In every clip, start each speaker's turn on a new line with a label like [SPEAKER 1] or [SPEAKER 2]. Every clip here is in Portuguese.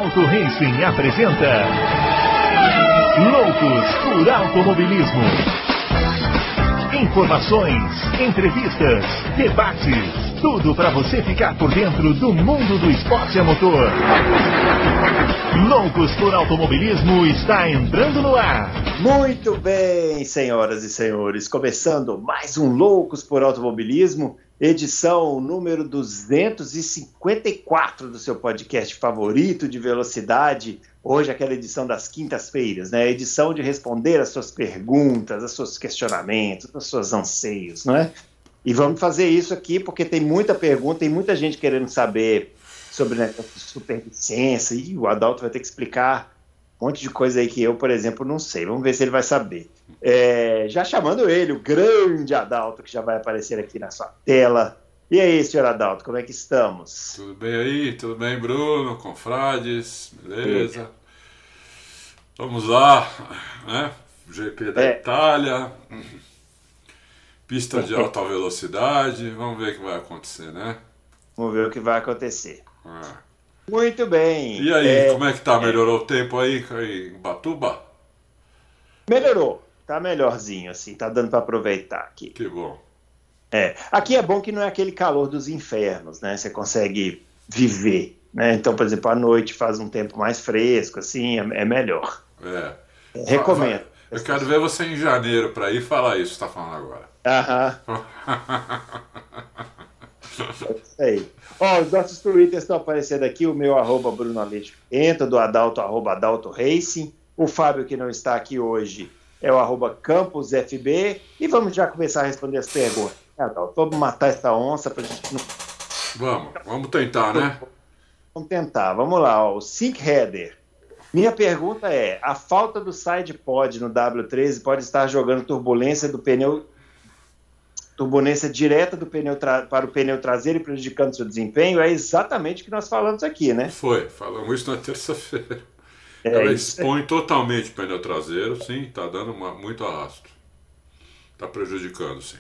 [SPEAKER 1] Adalto Racing apresenta Loucos por Automobilismo. Informações, entrevistas, debates, tudo para você ficar por dentro do mundo do esporte a motor. Loucos por Automobilismo está entrando no ar.
[SPEAKER 2] Muito bem, senhoras e senhores, começando mais um Loucos por Automobilismo, edição número 254 do seu podcast favorito de velocidade. Hoje aquela edição das quintas-feiras, né? A edição de responder as suas perguntas, os seus questionamentos, os seus anseios, não é? E vamos fazer isso aqui porque tem muita pergunta, tem muita gente querendo saber sobre, né, superlicença, e o Adalto vai ter que explicar um monte de coisa aí que eu, por exemplo, não sei. Vamos ver se ele vai saber. Já chamando ele, o grande Adalto, que já vai aparecer aqui na sua tela. E aí, senhor Adalto, como é que estamos?
[SPEAKER 3] Tudo bem aí? Tudo bem, Bruno? Confrades? Beleza? Vamos lá, né? GP da Itália, pista de alta velocidade, vamos ver o que vai acontecer, né?
[SPEAKER 2] Vamos ver o que vai acontecer. Muito bem.
[SPEAKER 3] E aí, como é que tá? Melhorou o tempo aí em Ubatuba?
[SPEAKER 2] Melhorou, tá melhorzinho assim, tá dando para aproveitar aqui.
[SPEAKER 3] Que bom.
[SPEAKER 2] Aqui é bom que não é aquele calor dos infernos, né? Você consegue viver, né? Então, por exemplo, à noite faz um tempo mais fresco, assim, é melhor. Recomendo.
[SPEAKER 3] Eu quero ver você em janeiro para ir falar isso que você tá falando agora.
[SPEAKER 2] É isso aí. Os nossos Twitters estão aparecendo aqui, o meu @Bruno Aleixo entra, do Adalto, @Adalto Racing. O Fábio, que não está aqui hoje, é o @CampusFB. E vamos já começar a responder as perguntas. Adalto, vamos matar essa onça pra gente não...
[SPEAKER 3] Vamos tentar, né?
[SPEAKER 2] Vamos tentar, vamos lá. O Sync Header. Minha pergunta é, a falta do side pod no W13 pode estar jogando turbulência direta do pneu para o pneu traseiro e prejudicando seu desempenho? É exatamente o que nós falamos aqui, né?
[SPEAKER 3] Falamos isso na terça-feira. Ela expõe totalmente o pneu traseiro, sim, está dando muito arrasto. Está prejudicando, sim.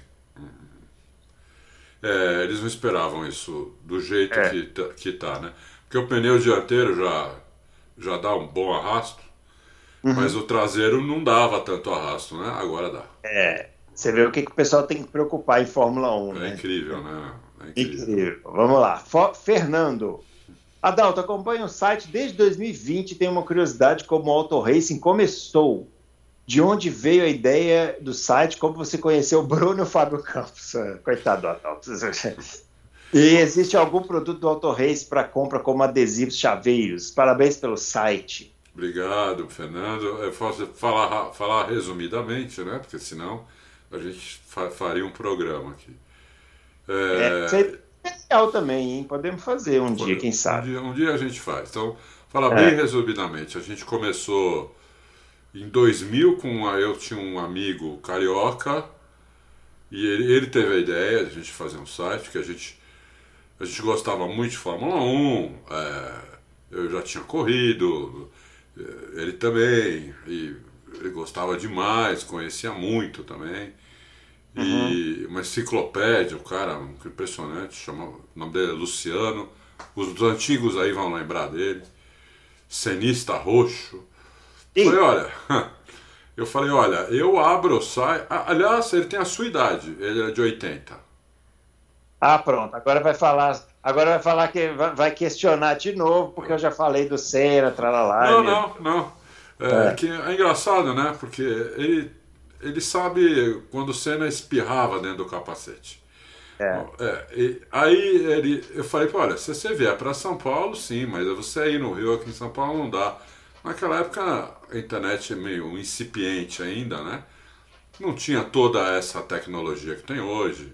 [SPEAKER 3] Eles não esperavam isso do jeito que está, né? Porque o pneu dianteiro já dá um bom arrasto, mas o traseiro não dava tanto arrasto, né? Agora dá.
[SPEAKER 2] Você vê o que o pessoal tem que preocupar em Fórmula 1, né?
[SPEAKER 3] É incrível, né?
[SPEAKER 2] Incrível. Vamos lá. Fernando. Adalto, acompanha o site desde 2020 e tem uma curiosidade como o Auto Racing começou. De onde veio a ideia do site? Como você conheceu o Bruno e o Fábio Campos? Coitado do Adalto. E existe algum produto do Auto Racing para compra como adesivos, chaveiros? Parabéns pelo site.
[SPEAKER 3] Obrigado, Fernando. Eu posso falar resumidamente, né? Porque senão a gente faria um programa aqui.
[SPEAKER 2] Legal também, hein? Podemos fazer um dia, quem sabe.
[SPEAKER 3] Um dia a gente faz. Então, falar bem resumidamente. A gente começou em 2000 eu tinha um amigo carioca e ele teve a ideia de a gente fazer um site, que a gente gostava muito de Fórmula 1, eu já tinha corrido, ele também, e ele gostava demais, conhecia muito também. E uma enciclopédia, o cara impressionante, o nome dele é Luciano, os antigos aí vão lembrar dele, cenista roxo. Eu falei, olha, eu abro o site, aliás, ele tem a sua idade, ele é de 80.
[SPEAKER 2] Pronto, agora vai falar que vai questionar de novo, porque eu já falei do Senna, tralalá.
[SPEAKER 3] Não. Que é engraçado, né, porque ele sabe quando o Senna espirrava dentro do capacete. Aí eu falei, olha, se você vier para São Paulo, sim, mas você aí no Rio, aqui em São Paulo, não dá. Naquela época a internet é meio incipiente ainda, né? Não tinha toda essa tecnologia que tem hoje.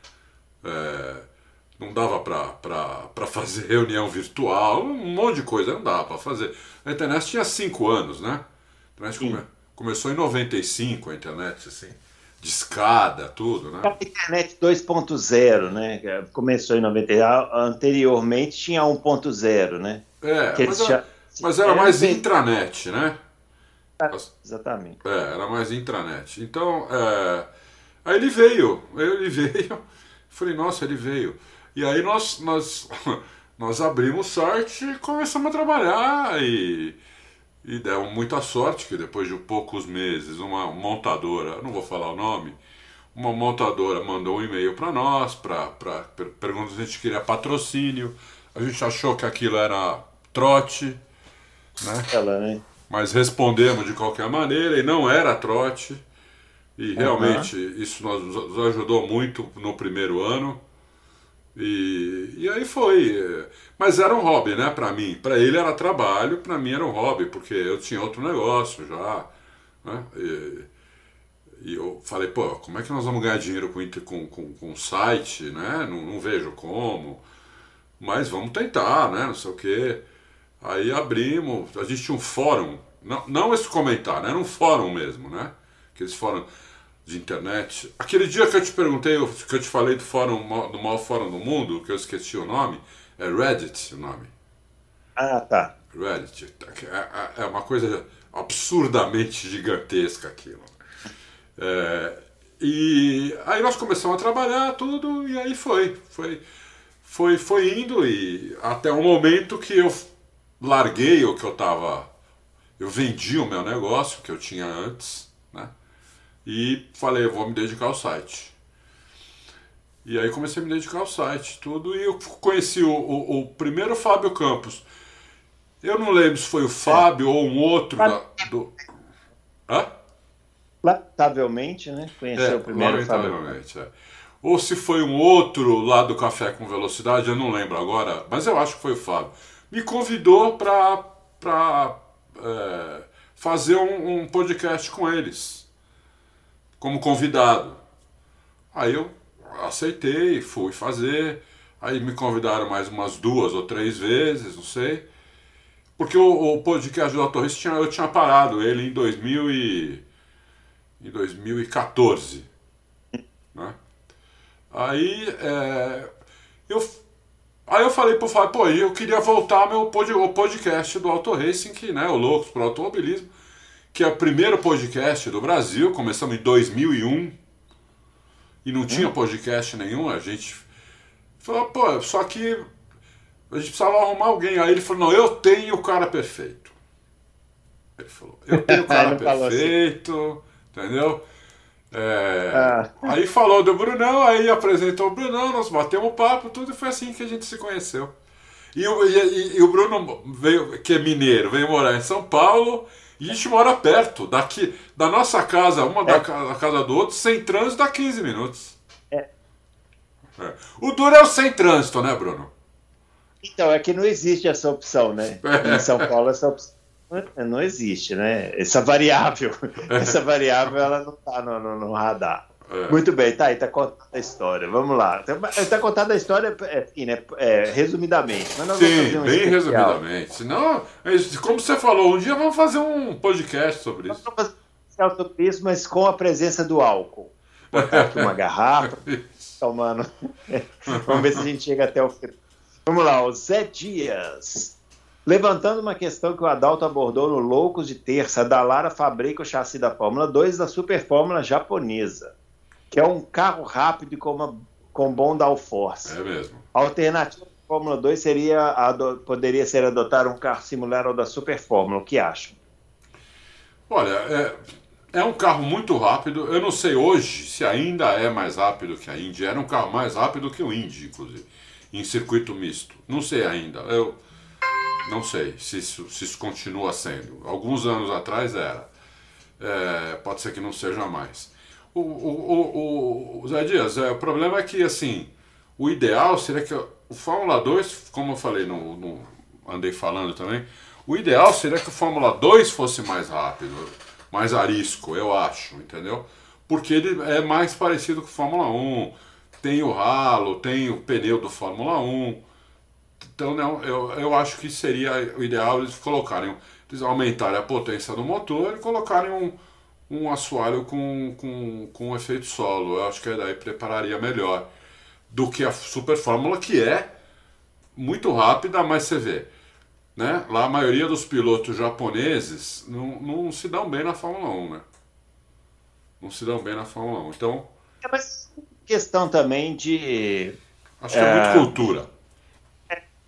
[SPEAKER 3] Não dava para fazer reunião virtual, um monte de coisa não dava para fazer. A internet tinha 5 anos, né? A internet começou em 95, a internet, assim, de escada, tudo, né?
[SPEAKER 2] A internet 2.0, né? Começou em 90, anteriormente tinha 1.0, né?
[SPEAKER 3] Mas era mais intranet, né?
[SPEAKER 2] Exatamente.
[SPEAKER 3] Era mais intranet. Então, aí ele veio. Falei, nossa, ele veio. E aí nós nós abrimos o site e começamos a trabalhar e deu muita sorte que depois de poucos meses uma montadora, não vou falar o nome, uma montadora mandou um e-mail para nós, perguntando se a gente queria patrocínio. A gente achou que aquilo era trote, né?
[SPEAKER 2] Ela, né?
[SPEAKER 3] Mas respondemos de qualquer maneira e não era trote. E realmente isso nos ajudou muito no primeiro ano. E aí foi. Mas era um hobby, né, pra mim. Pra ele era trabalho, pra mim era um hobby, porque eu tinha outro negócio já, né? E eu falei, pô, como é que nós vamos ganhar dinheiro com site, né? Não vejo como. Mas vamos tentar, né? Não sei o quê. Aí abrimos, a gente tinha um fórum, não esse comentário, era um fórum mesmo, né? Aqueles fóruns de internet. Aquele dia que eu te perguntei, que eu te falei do maior fórum do mundo, que eu esqueci o nome, é Reddit o nome.
[SPEAKER 2] Ah, tá.
[SPEAKER 3] Reddit. É uma coisa absurdamente gigantesca aquilo. E aí nós começamos a trabalhar tudo, e aí foi indo, e até o momento que eu larguei o que eu tava. Eu vendi o meu negócio que eu tinha antes, né? E falei, eu vou me dedicar ao site. E aí comecei a me dedicar ao site, tudo, e eu conheci o primeiro Fábio Campos. Eu não lembro se foi o Fábio ou um outro do. Hã?
[SPEAKER 2] Lamentavelmente, né? Conheceu o primeiro Fábio.
[SPEAKER 3] Ou se foi um outro lá do Café com Velocidade, eu não lembro agora, mas eu acho que foi o Fábio. Me convidou para fazer um podcast com eles, como convidado. Aí eu aceitei, fui fazer. Aí me convidaram mais umas 2 ou 3 vezes, não sei. Porque o podcast do Auto Racing eu tinha parado ele em 2014. Né? Aí eu falei pro Fábio, pô, eu queria voltar ao meu podcast do Auto Racing, que, né, o Loucos pro Automobilismo, que é o primeiro podcast do Brasil, começamos em 2001, e não tinha podcast nenhum, a gente falou, pô, só que a gente precisava arrumar alguém. Aí ele falou, não, eu tenho o cara perfeito. Ele falou, eu tenho o cara perfeito, assim. Entendeu? Aí falou do Brunão, aí apresentou o Brunão, nós batemos um papo, tudo, e foi assim que a gente se conheceu. E o Bruno veio, que é mineiro, veio morar em São Paulo, e a gente mora perto, daqui, da nossa casa, da casa do outro, sem trânsito, dá 15 minutos. O duro é o sem trânsito, né, Bruno?
[SPEAKER 2] Então, é que não existe essa opção, né? Em São Paulo essa opção não existe, né? Essa variável ela não está no radar. Muito bem, tá aí, tá contando a história. Vamos lá. Tá contando a história, assim, né? Resumidamente. Mas nós vamos fazer
[SPEAKER 3] bem resumidamente. Senão, como você falou, um dia vamos fazer um podcast sobre isso.
[SPEAKER 2] Vamos fazer um especial sobre isso, mas com a presença do álcool. Botar aqui uma garrafa, tomando. Vamos ver se a gente chega até o final. Vamos lá, o Zé Dias. Levantando uma questão que o Adalto abordou no Loucos de Terça, a Dallara fabrica o chassi da Fórmula 2 da Super Fórmula japonesa, que é um carro rápido e com bom downforce.
[SPEAKER 3] É mesmo.
[SPEAKER 2] A alternativa da Fórmula 2 poderia ser adotar um carro similar ao da Super Fórmula. O que acham?
[SPEAKER 3] Olha, é um carro muito rápido. Eu não sei hoje se ainda é mais rápido que a Indy. Era um carro mais rápido que o Indy, inclusive, em circuito misto. Não sei ainda. Eu não sei se isso continua sendo. Alguns anos atrás era. Pode ser que não seja mais. O Zé Dias, o problema é que, assim, o ideal seria que o Fórmula 2, como eu falei, andei falando também, o ideal seria que o Fórmula 2 fosse mais rápido, mais arisco, eu acho, entendeu? Porque ele é mais parecido com o Fórmula 1, tem o ralo, tem o pneu do Fórmula 1. Então, não, eu acho que seria o ideal eles aumentarem a potência do motor e colocarem um assoalho com efeito solo. Eu acho que daí prepararia melhor do que a Super Fórmula, que é muito rápida, mas você vê, né? Lá a maioria dos pilotos japoneses não se dão bem na Fórmula 1, né? Não se dão bem na Fórmula 1. Então,
[SPEAKER 2] mas questão também de...
[SPEAKER 3] Acho que é muito cultura.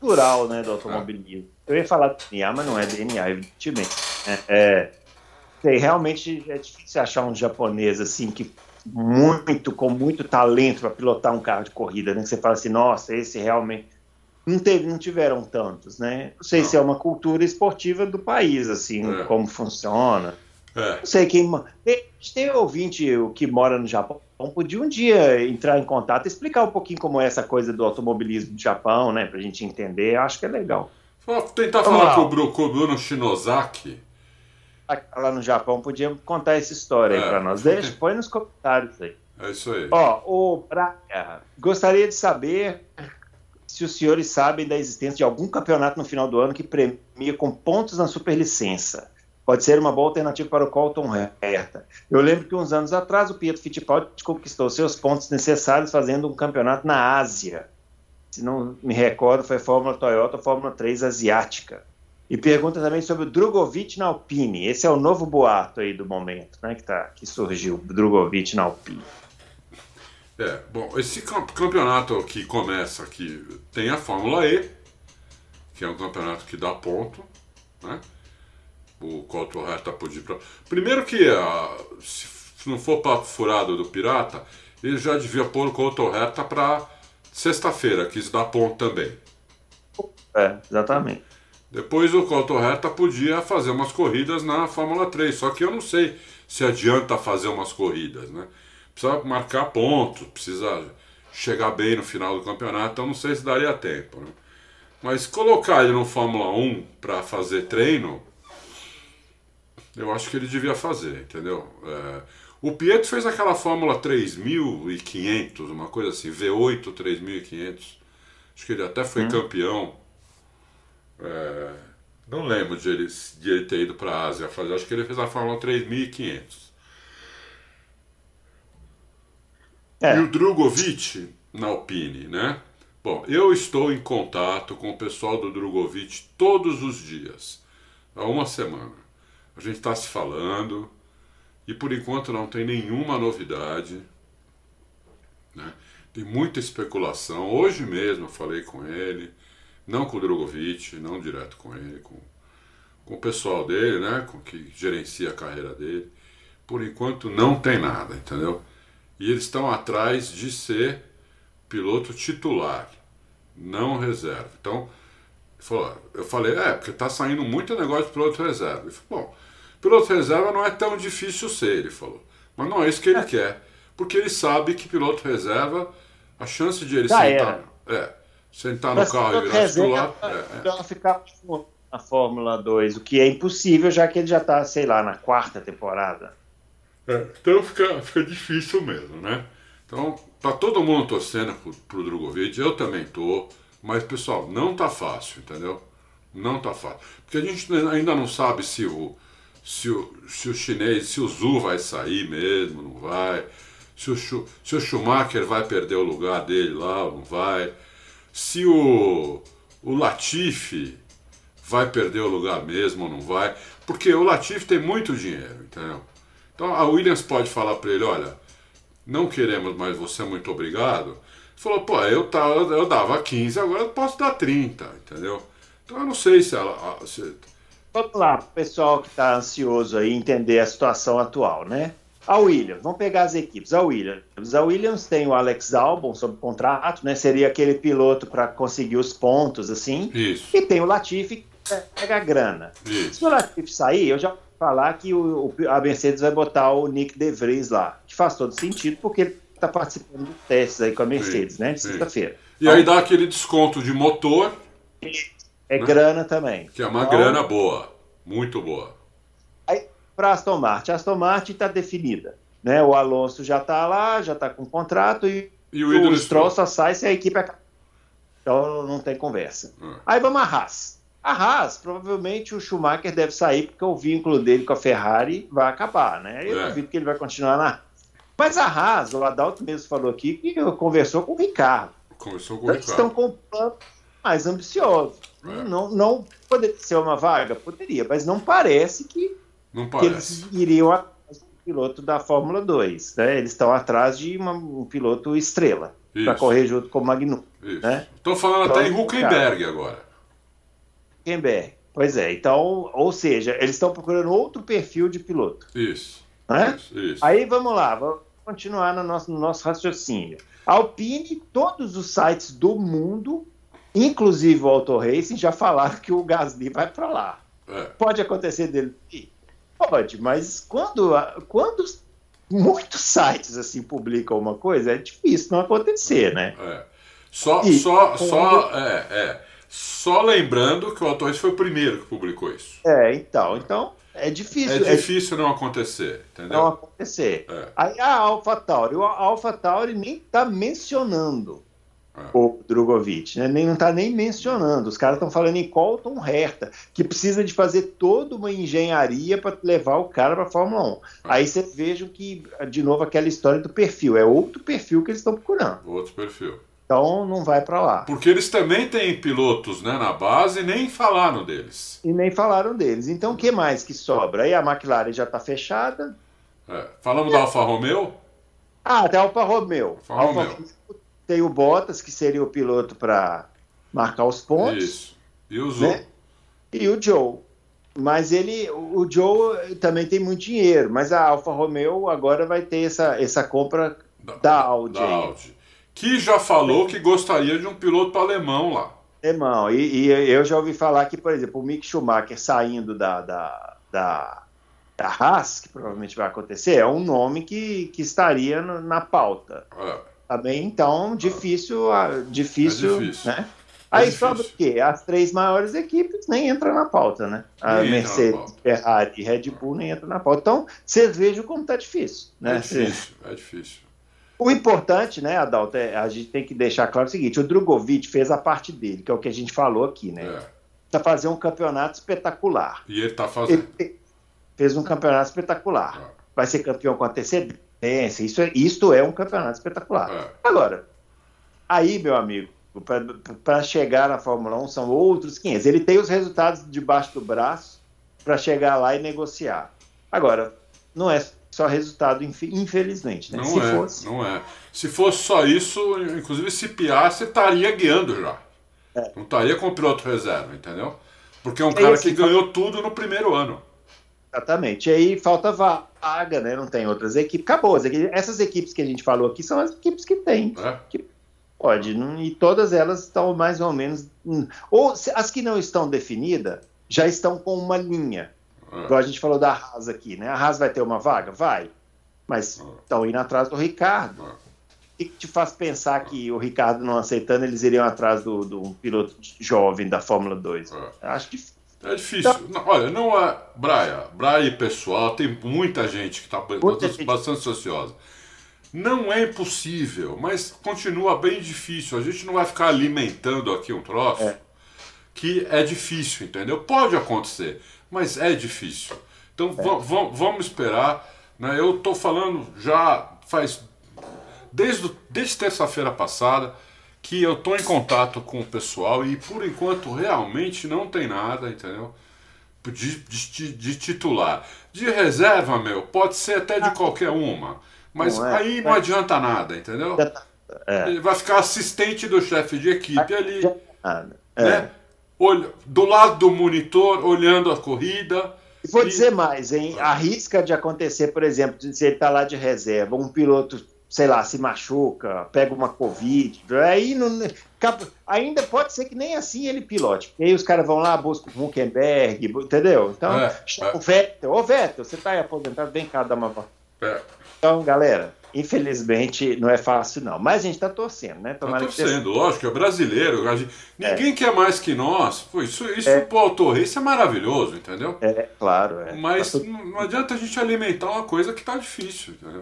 [SPEAKER 2] cultural, né, do automobilismo. Eu ia falar do DNA, mas não é DNA, evidentemente. Realmente é difícil achar um japonês assim que com muito talento para pilotar um carro de corrida, né? Que você fala assim, nossa, esse realmente não tiveram tantos, né? Não sei se é uma cultura esportiva do país, assim, como funciona. Não sei quem tem ouvinte que mora no Japão, podia um dia entrar em contato e explicar um pouquinho como é essa coisa do automobilismo do Japão, né? Pra gente entender, acho que é legal.
[SPEAKER 3] Vou tentar falar com o Bruno Shinozaki.
[SPEAKER 2] Lá no Japão, podia contar essa história aí pra nós. Põe nos comentários aí.
[SPEAKER 3] É isso aí.
[SPEAKER 2] O Braga, gostaria de saber se os senhores sabem da existência de algum campeonato no final do ano que premia com pontos na superlicença. Pode ser uma boa alternativa para o Colton Herta. Eu lembro que uns anos atrás o Pietro Fittipaldi conquistou seus pontos necessários fazendo um campeonato na Ásia. Se não me recordo, foi Fórmula Toyota ou Fórmula 3 asiática. E pergunta também sobre o Drugovich na Alpine. Esse é o novo boato aí do momento, né, que surgiu, o Drugovich na Alpine.
[SPEAKER 3] Bom, esse campeonato que começa aqui tem a Fórmula E, que é um campeonato que dá ponto, né? O Colton Herta podia ir pra... Primeiro que, se não for papo furado do Pirata, ele já devia pôr o Colton Herta para sexta-feira, que isso dá ponto também.
[SPEAKER 2] Exatamente.
[SPEAKER 3] Depois o Colton Herta podia fazer umas corridas na Fórmula 3, só que eu não sei se adianta fazer umas corridas, né? Precisa marcar pontos, precisa chegar bem no final do campeonato, então não sei se daria tempo, né? Mas colocar ele no Fórmula 1 para fazer treino, eu acho que ele devia fazer, entendeu? O Pietro fez aquela Fórmula 3500, uma coisa assim, V8 3500, acho que ele até foi campeão. Não lembro de ele ter ido para a Ásia fazer, acho que ele fez a Fórmula 3500. E o Drugovich na Alpine, né? Bom, eu estou em contato com o pessoal do Drugovich todos os dias, há uma semana. A gente está se falando e por enquanto não tem nenhuma novidade, né? Tem muita especulação. Hoje mesmo eu falei com ele, não com o Drugovich, não direto com ele, com o pessoal dele, né? Com que gerencia a carreira dele. Por enquanto não tem nada, entendeu? E eles estão atrás de ser piloto titular, não reserva. Então, eu falei, porque está saindo muito negócio de piloto reserva. Ele falou, bom, piloto reserva não é tão difícil ser, ele falou. Mas não é isso que ele quer. Porque ele sabe que piloto reserva, a chance de ele sentar no carro e virar titular...
[SPEAKER 2] Então ficar na Fórmula 2, o que é impossível, já que ele já está, sei lá, na 4ª temporada.
[SPEAKER 3] Então fica difícil mesmo, né? Então, tá todo mundo torcendo pro Drugovich, eu também tô, mas, pessoal, não tá fácil, entendeu? Não tá fácil. Porque a gente ainda não sabe se o chinês, se o Zhu vai sair mesmo, não vai, se o Schumacher vai perder o lugar dele lá ou não vai, se o Latifi vai perder o lugar mesmo ou não vai, porque o Latifi tem muito dinheiro, entendeu? Então a Williams pode falar para ele, olha, não queremos mais você, muito obrigado. Ele falou, eu dava 15, agora eu posso dar 30, entendeu? Então eu não sei se ela...
[SPEAKER 2] Vamos lá, pessoal que está ansioso aí entender a situação atual, né? A Williams, vamos pegar as equipes. A Williams tem o Alex Albon sob contrato, né? Seria aquele piloto para conseguir os pontos, assim.
[SPEAKER 3] Isso.
[SPEAKER 2] E tem o Latifi que pega a grana.
[SPEAKER 3] Isso. Se
[SPEAKER 2] o Latifi sair, eu já falar que a Mercedes vai botar o Nick De Vries lá, que faz todo sentido, porque ele está participando dos testes aí com a Mercedes, né, de sexta-feira.
[SPEAKER 3] E aí dá aquele desconto de motor.
[SPEAKER 2] É grana também.
[SPEAKER 3] Que é uma grana boa, muito boa.
[SPEAKER 2] Aí, para a Aston Martin está definida, né, o Alonso já está lá, já está com contrato, e o Stroll só sai se a equipe acaba. Então não tem conversa. Aí vamos a Haas. A Haas, provavelmente o Schumacher deve sair porque o vínculo dele com a Ferrari vai acabar, né? Eu duvido que ele vai continuar na... Mas a Haas, o Adalto mesmo falou aqui que conversou com o Ricardo. Eles estão com um plano mais ambicioso. Não poderia ser uma vaga? Poderia, mas não parece que eles iriam atrás do piloto da Fórmula 2. Né? Eles estão atrás de um piloto estrela para correr junto com o Magnussen.
[SPEAKER 3] Isso.
[SPEAKER 2] Né?
[SPEAKER 3] Estou falando
[SPEAKER 2] Então,
[SPEAKER 3] até em Hülkenberg agora.
[SPEAKER 2] Hülkenberg. Pois é. Então, ou seja, eles estão procurando outro perfil de piloto.
[SPEAKER 3] Isso.
[SPEAKER 2] Né?
[SPEAKER 3] Isso.
[SPEAKER 2] Aí vamos lá, vamos continuar no nosso raciocínio. Alpine, todos os sites do mundo, inclusive o Auto Racing, já falaram que o Gasly vai para lá. Pode acontecer dele? Pode, mas quando muitos sites assim publicam uma coisa, é difícil não acontecer, né?
[SPEAKER 3] Só lembrando que o Auto Racing foi o primeiro que publicou isso.
[SPEAKER 2] Então é difícil.
[SPEAKER 3] É difícil não acontecer, entendeu?
[SPEAKER 2] Não acontecer. Aí a AlphaTauri nem está mencionando o Drogovic, né? Não está nem mencionando. Os caras estão falando em Colton Herta, que precisa de fazer toda uma engenharia para levar o cara para a Fórmula 1. Aí vocês vejam que, de novo, aquela história do perfil. É outro perfil que eles estão procurando.
[SPEAKER 3] Outro perfil.
[SPEAKER 2] Então não vai para lá.
[SPEAKER 3] Porque eles também têm pilotos, né, na base e nem falaram deles.
[SPEAKER 2] Então o que mais que sobra? Aí a McLaren já está fechada.
[SPEAKER 3] Falamos da Alfa Romeo?
[SPEAKER 2] Até a Alfa Romeo. Tem o Bottas, que seria o piloto para marcar os pontos.
[SPEAKER 3] Isso. E o Zhou.
[SPEAKER 2] Né? E o Zhou. Mas o Zhou também tem muito dinheiro. Mas a Alfa Romeo agora vai ter essa compra da Audi.
[SPEAKER 3] Que já falou que gostaria de um piloto alemão lá.
[SPEAKER 2] Alemão. E eu já ouvi falar que, por exemplo, o Mick Schumacher saindo da Haas, que provavelmente vai acontecer, é um nome que estaria na pauta. Também, então, difícil, né? Aí sobra o quê? As 3 maiores equipes nem entram na pauta, né? A Mercedes, Ferrari e Red Bull nem entram na pauta. Então, vocês vejam como tá difícil, né?
[SPEAKER 3] É difícil.
[SPEAKER 2] O importante, né, Adalto, a gente tem que deixar claro o seguinte: o Drogovic fez a parte dele, que é o que a gente falou aqui, né? Tá fazendo um campeonato espetacular.
[SPEAKER 3] E ele tá fazendo.
[SPEAKER 2] Ele fez um campeonato espetacular. Vai ser campeão com antecedência. Isto é um campeonato espetacular. Agora, aí, meu amigo, para chegar na Fórmula 1 são outros 500. Ele tem os resultados debaixo do braço para chegar lá e negociar. Agora, não é só resultado, infelizmente, né?
[SPEAKER 3] Não é. Se fosse só isso, inclusive se Piastri estaria guiando já. Não estaria com o piloto reserva, entendeu? Porque é um cara que ganhou tudo no primeiro ano.
[SPEAKER 2] Exatamente. E aí falta vaga, né? Não tem outras equipes. Acabou. Essas equipes que a gente falou aqui são as equipes que tem. Que pode. E todas elas estão mais ou menos... Ou as que não estão definidas já estão com uma linha. Igual a gente falou da Haas aqui, né? A Haas vai ter uma vaga? Vai. Mas estão indo atrás do Ricardo. O que te faz pensar que o Ricardo não aceitando, eles iriam atrás do piloto jovem da Fórmula 2? Acho que
[SPEAKER 3] é difícil. Então, olha, não é... Braia e pessoal, tem muita gente que está bastante ansiosa. Não é impossível, mas continua bem difícil. A gente não vai ficar alimentando aqui um troço que é difícil, entendeu? Pode acontecer, mas é difícil. Então vamos esperar. Né? Eu estou falando já faz... Desde terça-feira passada que eu estou em contato com o pessoal e por enquanto realmente não tem nada, entendeu? De titular. De reserva, pode ser até de qualquer uma, mas aí não adianta nada, entendeu? Ele vai ficar assistente do chefe de equipe ali, né? Do lado do monitor, olhando a corrida.
[SPEAKER 2] E vou dizer mais, hein? Arrisca de acontecer, por exemplo, se ele está lá de reserva, um piloto, sei lá, se machuca, pega uma Covid, aí ainda pode ser que nem assim ele pilote. E aí os caras vão lá, buscam o Hülkenberg, entendeu? Então, o Vettel, Vettel, você tá aí aposentado, vem cá dar uma volta. Então, galera, infelizmente não é fácil não, mas a gente tá torcendo, né?
[SPEAKER 3] Tá torcendo, lógico, é brasileiro, ninguém quer mais que nós. Pô, isso pro Auto Racing é maravilhoso, entendeu?
[SPEAKER 2] Claro.
[SPEAKER 3] Mas não adianta a gente alimentar uma coisa que tá difícil, entendeu?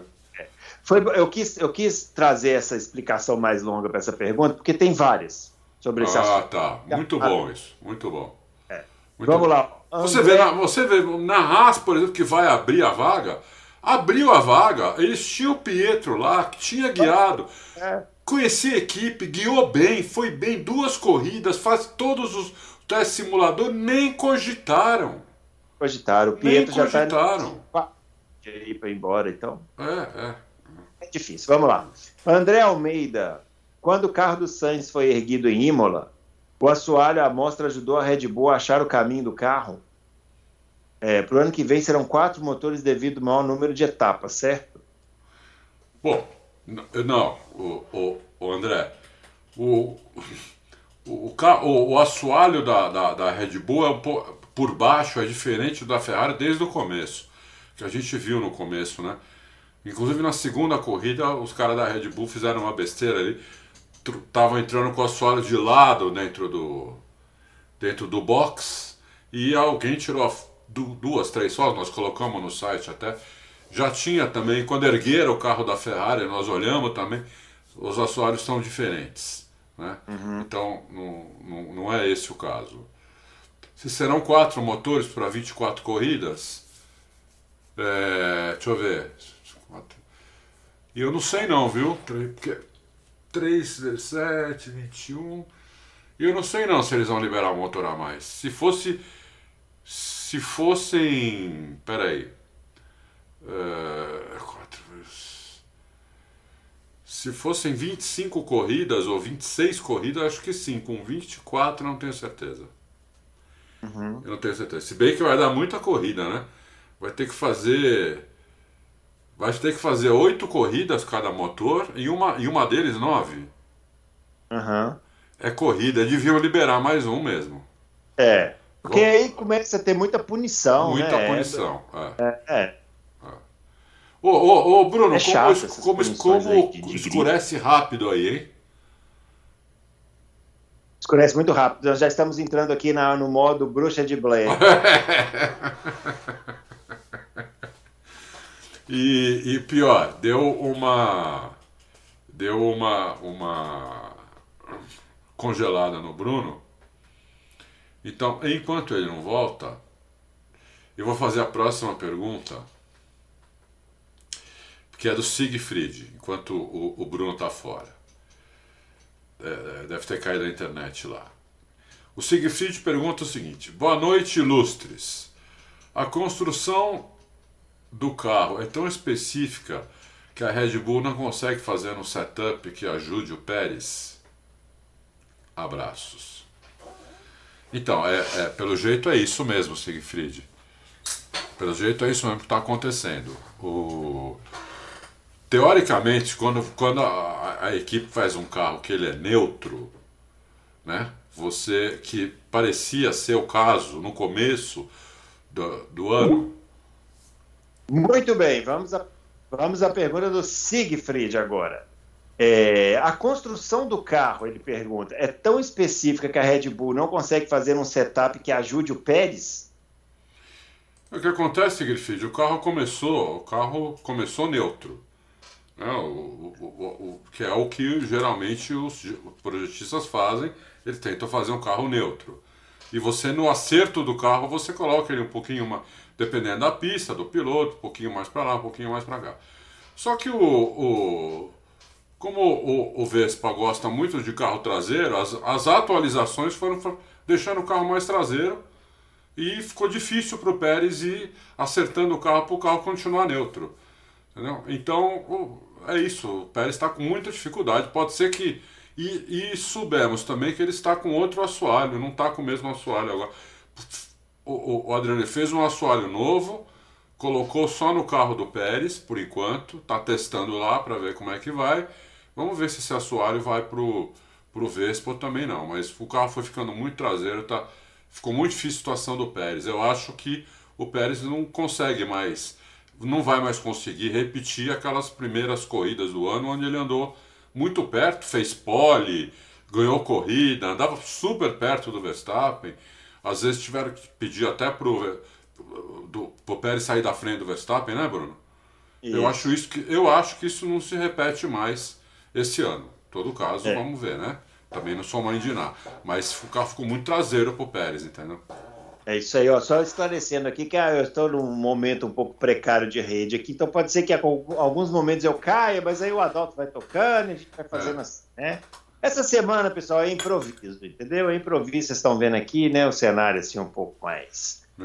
[SPEAKER 2] Eu quis trazer essa explicação mais longa para essa pergunta, porque tem várias sobre esse assunto.
[SPEAKER 3] Tá. Muito bom isso. Muito bom.
[SPEAKER 2] Vamos lá.
[SPEAKER 3] Você vê, na Haas, por exemplo, que vai abrir a vaga, abriu a vaga, eles tinham o Pietro lá, que tinha guiado, conhecia a equipe, guiou bem, foi bem, 2 corridas, faz todos os testes simulador, nem cogitaram.
[SPEAKER 2] O Pietro já
[SPEAKER 3] cogitaram.
[SPEAKER 2] Ir para embora, então.
[SPEAKER 3] É
[SPEAKER 2] difícil. Vamos lá. André Almeida, quando o carro do Sainz foi erguido em Imola, o assoalho, a amostra ajudou a Red Bull a achar o caminho do carro. Para o ano que vem serão 4 motores devido ao maior número de etapas, certo?
[SPEAKER 3] Bom, não, o André, o assoalho da Red Bull por baixo é diferente da Ferrari desde o começo, que a gente viu no começo, né? Inclusive na segunda corrida os caras da Red Bull fizeram uma besteira ali, estavam entrando com o assoalho de lado dentro do box e alguém tirou 2, 3 solas, nós colocamos no site até. Já tinha também, quando ergueram o carro da Ferrari, nós olhamos também, os assoalhos são diferentes, né? Então não é esse o caso. Se serão 4 motores para 24 corridas, deixa eu ver. E eu não sei não, viu? 3, 17, 21. E eu não sei não se eles vão liberar o motor a mais. Se fossem. Peraí. Se fossem 25 corridas ou 26 corridas, acho que sim. Com 24 não tenho certeza. Eu não tenho certeza. Se bem que vai dar muita corrida, né? Vai ter que fazer 8 corridas cada motor e uma deles 9. É corrida, deviam liberar mais um mesmo.
[SPEAKER 2] Porque aí começa a ter muita punição.
[SPEAKER 3] Muita punição. Ô, Bruno, como escurece rápido aí, hein?
[SPEAKER 2] Escurece muito rápido. Nós já estamos entrando aqui no modo bruxa de Blair.
[SPEAKER 3] E pior, deu uma congelada no Bruno. Então, enquanto ele não volta, eu vou fazer a próxima pergunta, que é do Siegfried, enquanto o Bruno está fora. Deve ter caído a internet lá. O Siegfried pergunta o seguinte: boa noite, ilustres. A construção do carro é tão específica que a Red Bull não consegue fazer um setup que ajude o Pérez? Abraços. Então, pelo jeito é isso mesmo, Siegfried. Pelo jeito é isso mesmo que está acontecendo. Teoricamente, quando a equipe faz um carro que ele é neutro, né? Que parecia ser o caso no começo do ano.
[SPEAKER 2] Muito bem, vamos à pergunta do Siegfried agora. A construção do carro, ele pergunta, é tão específica que a Red Bull não consegue fazer um setup que ajude o Pérez?
[SPEAKER 3] O que acontece, Siegfried, o carro começou neutro, né? Que é o que geralmente os projetistas fazem, eles tentam fazer um carro neutro. E você, no acerto do carro, você coloca ele um pouquinho mais, dependendo da pista, do piloto, um pouquinho mais para lá, um pouquinho mais para cá. Só que como o Vespa gosta muito de carro traseiro, as atualizações foram deixando o carro mais traseiro e ficou difícil para o Pérez ir acertando o carro para o carro continuar neutro. Entendeu? Então, é isso. O Pérez está com muita dificuldade. Pode ser que... E soubemos também que ele está com outro assoalho, não está com o mesmo assoalho agora. O Adriano fez um assoalho novo, colocou só no carro do Pérez, por enquanto, está testando lá para ver como é que vai. Vamos ver se esse assoalho vai pro Vespa ou também não. Mas o carro foi ficando muito traseiro, ficou muito difícil a situação do Pérez. Eu acho que o Pérez não vai mais conseguir repetir aquelas primeiras corridas do ano, onde ele andou muito perto, fez pole, ganhou corrida, andava super perto do Verstappen. Às vezes tiveram que pedir até pro Pérez sair da frente do Verstappen, né, Bruno? Isso. Eu acho que isso não se repete mais esse ano. Em todo caso, vamos ver, né? Também não sou mãe de nada. Mas o carro ficou muito traseiro pro Pérez, entendeu?
[SPEAKER 2] É isso aí, ó. Só esclarecendo aqui que eu estou num momento um pouco precário de rede aqui, então pode ser que alguns momentos eu caia, mas aí o Adalto vai tocando e a gente vai fazendo assim, né? Essa semana, pessoal, é improviso, entendeu? É improviso, vocês estão vendo aqui, né? O cenário assim um pouco mais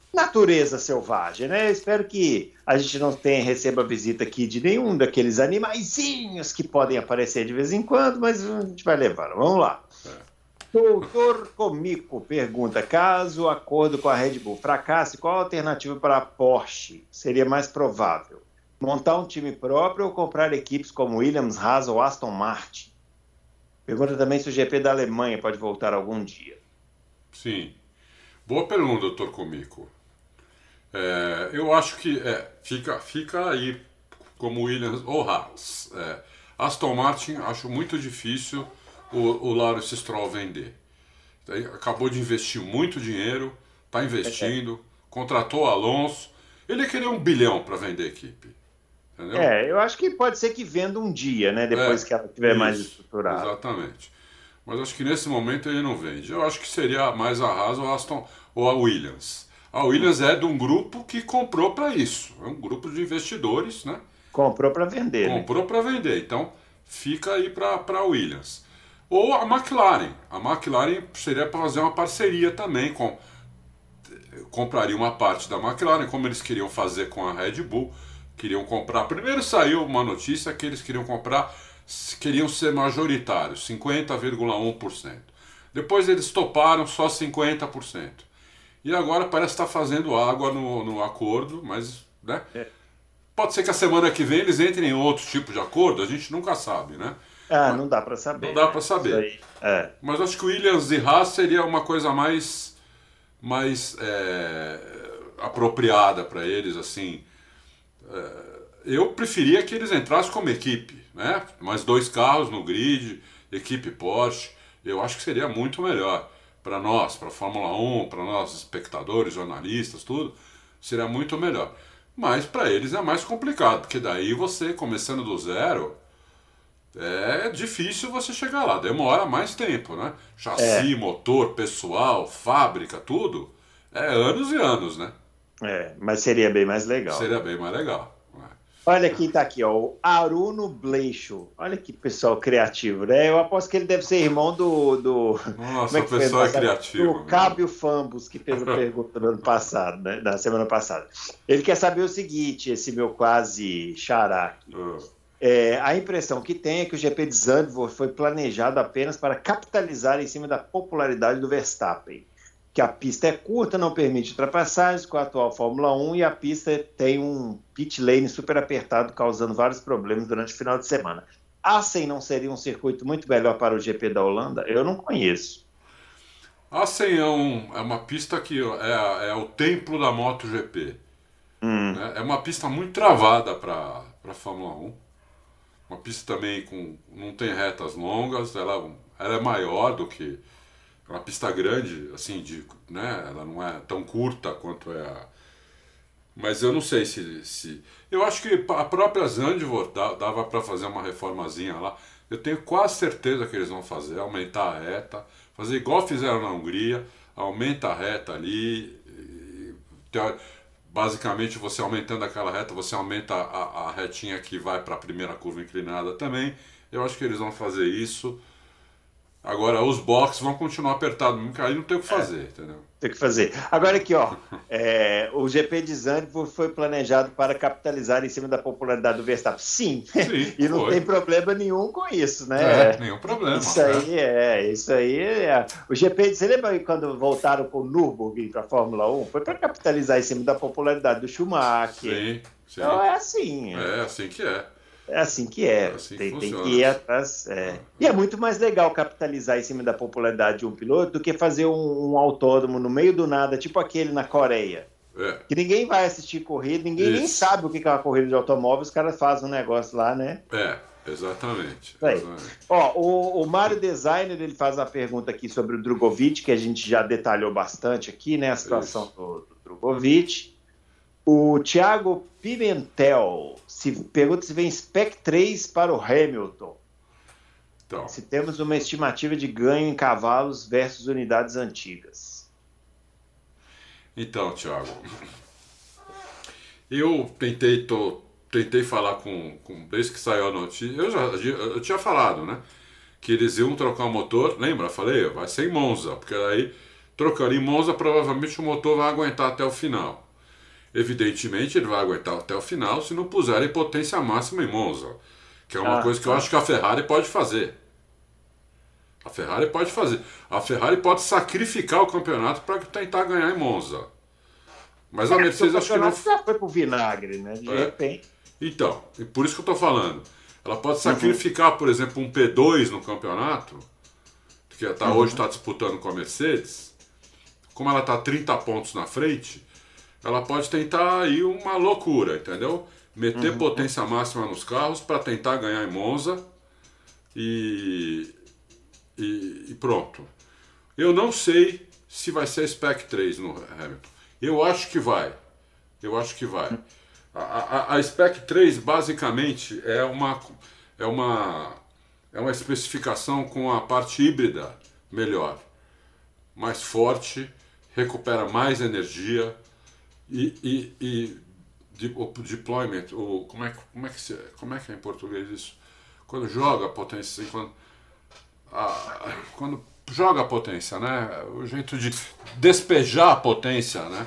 [SPEAKER 2] natureza selvagem, né? Espero que a gente não receba visita aqui de nenhum daqueles animaizinhos que podem aparecer de vez em quando, mas a gente vai levando. Vamos lá. Doutor Comico pergunta: caso o acordo com a Red Bull fracasse, qual a alternativa para a Porsche seria mais provável? Montar um time próprio ou comprar equipes como Williams, Haas ou Aston Martin? Pergunta também se o GP da Alemanha pode voltar algum dia.
[SPEAKER 3] Sim. Boa pergunta, doutor Comico. Eu acho que fica aí como Williams ou Haas. Aston Martin, acho muito difícil o Lawrence Stroll vender. Acabou de investir muito dinheiro, está investindo, contratou o Alonso. Ele queria $1 bilhão para vender a equipe. Entendeu?
[SPEAKER 2] Eu acho que pode ser que venda um dia, né? Depois que ela estiver mais estruturada.
[SPEAKER 3] Exatamente. Mas acho que nesse momento ele não vende. Eu acho que seria mais a Haas ou a Williams. A Williams é de um grupo que comprou para isso. É um grupo de investidores, né?
[SPEAKER 2] Comprou para vender.
[SPEAKER 3] Comprou para vender. Então fica aí para a Williams. Ou a McLaren. A McLaren seria para fazer uma parceria também compraria uma parte da McLaren, como eles queriam fazer com a Red Bull. Queriam comprar. Primeiro saiu uma notícia que eles queriam ser majoritários, 50,1%. Depois eles toparam só 50%. E agora parece estar fazendo água no acordo, mas, né? Pode ser que a semana que vem eles entrem em outro tipo de acordo, a gente nunca sabe, né?
[SPEAKER 2] Não dá para saber.
[SPEAKER 3] Não dá para saber. Mas acho que Williams e Haas seria uma coisa mais apropriada para eles, assim. Eu preferia que eles entrassem como equipe, né? Mais 2 carros no grid, equipe Porsche. Eu acho que seria muito melhor para nós, para a Fórmula 1, para nós espectadores, jornalistas, tudo. Seria muito melhor. Mas para eles é mais complicado, porque daí você, começando do zero, é difícil você chegar lá. Demora mais tempo, né? Chassi, motor, pessoal, fábrica, tudo. Anos e anos, né?
[SPEAKER 2] Mas seria bem mais legal.
[SPEAKER 3] Seria bem mais legal.
[SPEAKER 2] Olha quem tá aqui, ó, o Aruno Bleixo. Olha que pessoal criativo, né? Eu aposto que ele deve ser irmão do
[SPEAKER 3] Nossa, o pessoal é criativo.
[SPEAKER 2] Do Cábio Fambus, que fez a pergunta no ano passado, né? Da semana passada. Ele quer saber o seguinte, esse meu quase xará aqui. A impressão que tem é que o GP de Zandvoort foi planejado apenas para capitalizar em cima da popularidade do Verstappen. Que a pista é curta, não permite ultrapassagens com a atual Fórmula 1 e a pista tem um pit lane super apertado, causando vários problemas durante o final de semana. Assen não seria um circuito muito melhor para o GP da Holanda? Eu não conheço.
[SPEAKER 3] Assen é uma pista que é o templo da MotoGP. Né? É uma pista muito travada para a Fórmula 1. Uma pista também não tem retas longas, ela é maior do que uma pista grande, assim, né? Ela não é tão curta quanto Mas eu não sei se... Eu acho que a própria Zandvoort dava para fazer uma reformazinha lá. Eu tenho quase certeza que eles vão fazer, aumentar a reta, fazer igual fizeram na Hungria, aumenta a reta ali. Basicamente, você aumentando aquela reta, você aumenta a retinha que vai para a primeira curva inclinada também. Eu acho que eles vão fazer isso. Agora, os boxes vão continuar apertados, porque aí não tem o que fazer, entendeu?
[SPEAKER 2] Tem que fazer. Agora aqui, ó, o GP de Zandvoort foi planejado para capitalizar em cima da popularidade do Verstappen. Sim. E não tem problema nenhum com isso, né?
[SPEAKER 3] Nenhum problema.
[SPEAKER 2] Isso aí é. O GP, você lembra quando voltaram com o Nürburgring para a Fórmula 1? Foi para capitalizar em cima da popularidade do Schumacher.
[SPEAKER 3] Sim.
[SPEAKER 2] Então é assim.
[SPEAKER 3] É assim que é.
[SPEAKER 2] É assim que é.
[SPEAKER 3] Assim
[SPEAKER 2] tem que ir atrás. E é muito mais legal capitalizar em cima da popularidade de um piloto do que fazer um autódromo no meio do nada, tipo aquele na Coreia. Que ninguém vai assistir corrida, ninguém nem sabe o que é uma corrida de automóvel, os caras fazem um negócio lá, né?
[SPEAKER 3] Exatamente.
[SPEAKER 2] Ó, o Mário Designer, ele faz uma pergunta aqui sobre o Drogovic, que a gente já detalhou bastante aqui, né? A situação do Drogovic. O Thiago Pimentel pergunta se vem Spec 3 para o Hamilton.
[SPEAKER 3] Então.
[SPEAKER 2] Se temos uma estimativa de ganho em cavalos versus unidades antigas.
[SPEAKER 3] Então, Thiago, eu tentei falar desde que saiu a notícia, eu tinha falado, né? Que eles iam trocar o motor, lembra? Eu falei, vai ser em Monza, porque aí trocando em Monza, provavelmente o motor vai aguentar até o final. Evidentemente, ele vai aguentar até o final se não puserem potência máxima em Monza, que é uma coisa que eu acho que a Ferrari pode fazer. A Ferrari pode fazer. A Ferrari pode sacrificar o campeonato para tentar ganhar em Monza. Mas a Mercedes acho que não.
[SPEAKER 2] Já foi pro vinagre, né? De repente.
[SPEAKER 3] Então, por isso que eu estou falando. Ela pode sacrificar, por exemplo, um P2 no campeonato, que hoje está disputando com a Mercedes. Como ela está 30 pontos na frente, ela pode tentar aí uma loucura, entendeu? Meter potência máxima nos carros para tentar ganhar em Monza e pronto. Eu não sei se vai ser Spec 3 no Hamilton. Eu acho que vai. A Spec 3 basicamente é uma especificação com a parte híbrida melhor, mais forte, recupera mais energia e o deployment, como é que é em português isso? Quando joga a potência, quando joga a potência, né? O jeito de despejar a potência, né?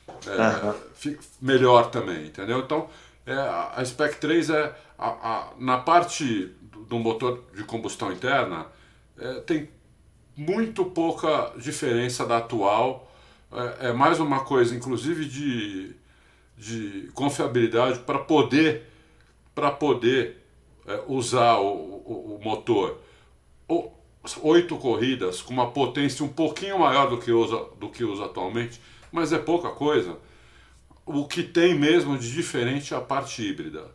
[SPEAKER 3] Melhor também, entendeu? Então, a Spec 3 na parte do motor de combustão interna, tem muito pouca diferença da atual. É mais uma coisa, inclusive, de confiabilidade para poder usar o motor. 8 corridas com uma potência um pouquinho maior do que usa atualmente, mas é pouca coisa. O que tem mesmo de diferente é a parte híbrida.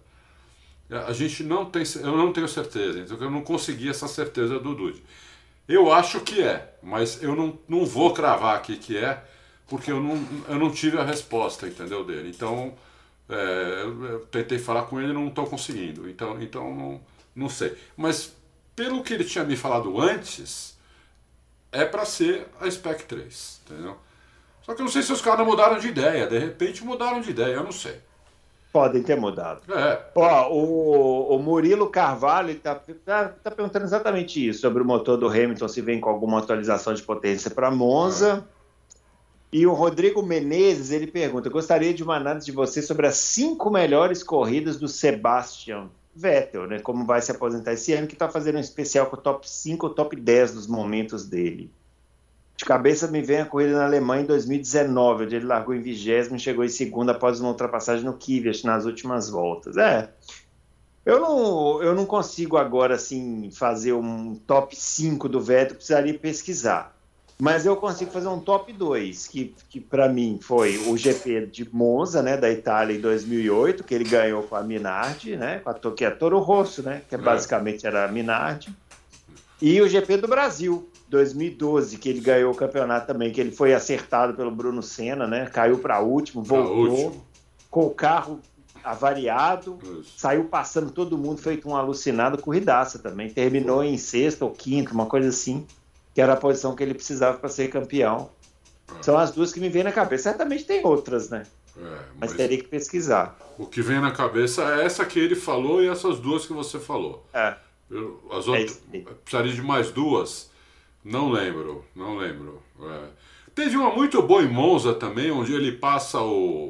[SPEAKER 3] Eu não tenho certeza, então eu não consegui essa certeza do Dude. Eu acho que mas eu não vou cravar aqui que porque eu não tive a resposta, entendeu, dele. Então, eu tentei falar com ele e não estou conseguindo. Então não sei. Mas, pelo que ele tinha me falado antes, é para ser a Spec 3, entendeu? Só que eu não sei se os caras mudaram de ideia. De repente mudaram de ideia, eu não sei.
[SPEAKER 2] Podem ter mudado. O Murilo Carvalho está perguntando exatamente isso, sobre o motor do Hamilton, se vem com alguma atualização de potência para Monza. E o Rodrigo Menezes, ele pergunta: gostaria de uma análise de você sobre as 5 melhores corridas do Sebastian Vettel, né? Como vai se aposentar esse ano, que está fazendo um especial com o top 5 ou top 10 dos momentos dele. De cabeça me vem a corrida na Alemanha em 2019, onde ele largou em 20º e chegou em segundo após uma ultrapassagem no Kvyat nas últimas voltas. Eu não consigo agora assim, fazer um top 5 do Vettel, precisaria pesquisar. Mas eu consigo fazer um top 2, que para mim foi o GP de Monza, né, da Itália em 2008, que ele ganhou com a Minardi, né, que é Toro Rosso, né, que basicamente era a Minardi. E o GP do Brasil, 2012, que ele ganhou o campeonato também, que ele foi acertado pelo Bruno Senna, né? Caiu para último, voltou, com o carro avariado, saiu passando todo mundo, feito um alucinado, corridaça também. Terminou em 6º ou 5º, uma coisa assim, que era a posição que ele precisava para ser campeão. São as duas que me vêm na cabeça. Certamente tem outras, né? Mas teria que pesquisar.
[SPEAKER 3] O que vem na cabeça é essa que ele falou e essas duas que você falou. As outras, precisaria de mais duas. Não lembro. Teve uma muito boa em Monza também, onde ele passa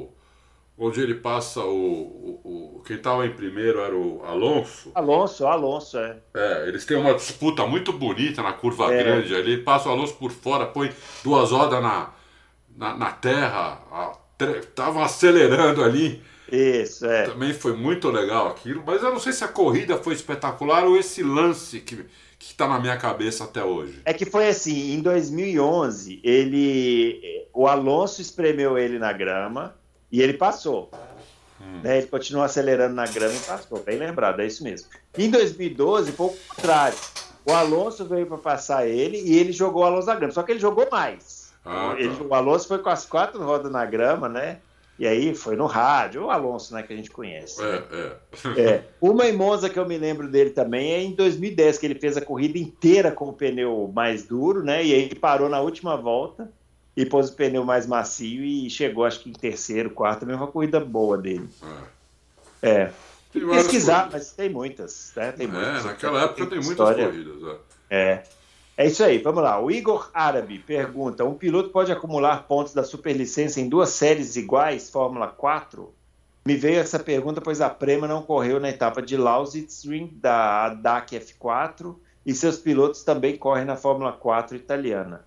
[SPEAKER 3] quem estava em primeiro era o Alonso.
[SPEAKER 2] Alonso.
[SPEAKER 3] Eles têm uma disputa muito bonita na curva grande ali. Passa o Alonso por fora, põe 2 rodas na terra. Estavam acelerando ali.
[SPEAKER 2] Isso,
[SPEAKER 3] Também foi muito legal aquilo, mas eu não sei se a corrida foi espetacular ou esse lance que está na minha cabeça até hoje.
[SPEAKER 2] É que foi assim, em 2011, o Alonso espremeu ele na grama e ele passou. Né? Ele continuou acelerando na grama e passou, bem lembrado, é isso mesmo. Em 2012, foi o contrário. O Alonso veio para passar ele e ele jogou o Alonso na grama, só que ele jogou mais. O Alonso foi com as 4 rodas na grama, né? E aí foi no rádio, o Alonso, né, que a gente conhece. Uma em Monza que eu me lembro dele também é em 2010, que ele fez a corrida inteira com o pneu mais duro, né? E aí ele parou na última volta e pôs o pneu mais macio e chegou, acho que em 3º, 4º, também uma corrida boa dele. Tem pesquisar, mas tem muitas, né? Tem muitas.
[SPEAKER 3] Naquela época tem muitas corridas.
[SPEAKER 2] É isso aí, vamos lá. O Igor Árabe pergunta: um piloto pode acumular pontos da superlicença em 2 séries iguais, Fórmula 4? Me veio essa pergunta, pois a Prema não correu na etapa de Lausitzring da DAC F4 e seus pilotos também correm na Fórmula 4 italiana.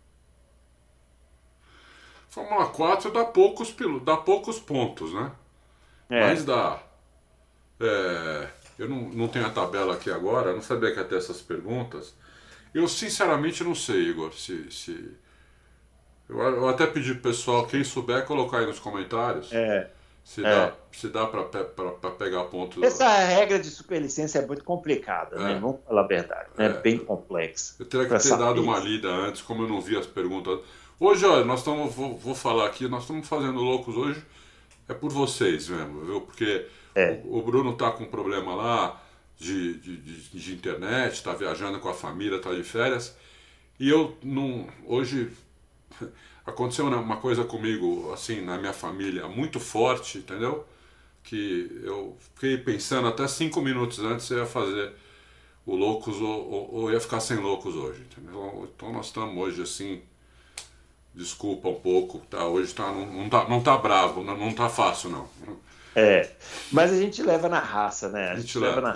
[SPEAKER 3] Fórmula 4 dá poucos pontos, né? Mas dá. Eu não tenho a tabela aqui agora, não sabia que ia ter essas perguntas. Eu sinceramente não sei, Igor, se... Eu até pedi pro pessoal, quem souber, colocar aí nos comentários. Se dá para pegar pontos.
[SPEAKER 2] Essa regra de superlicença é muito complicada, né? Vamos falar a verdade, né? Bem complexa.
[SPEAKER 3] Eu teria que ter dado uma lida antes, como eu não vi as perguntas. Hoje, olha, vou falar aqui, nós estamos fazendo loucos hoje, é por vocês mesmo, viu? Porque o Bruno tá com um problema lá de internet, está viajando com a família, está de férias, e eu não... Hoje aconteceu uma coisa comigo, assim, na minha família, muito forte, entendeu? Que eu fiquei pensando até 5 minutos antes se eu ia fazer o Loucos ou ia ficar sem Loucos hoje, entendeu? Então nós estamos hoje assim, desculpa um pouco, tá? Hoje não tá bravo, não tá fácil não.
[SPEAKER 2] Mas a gente leva na raça, né?
[SPEAKER 3] A gente leva.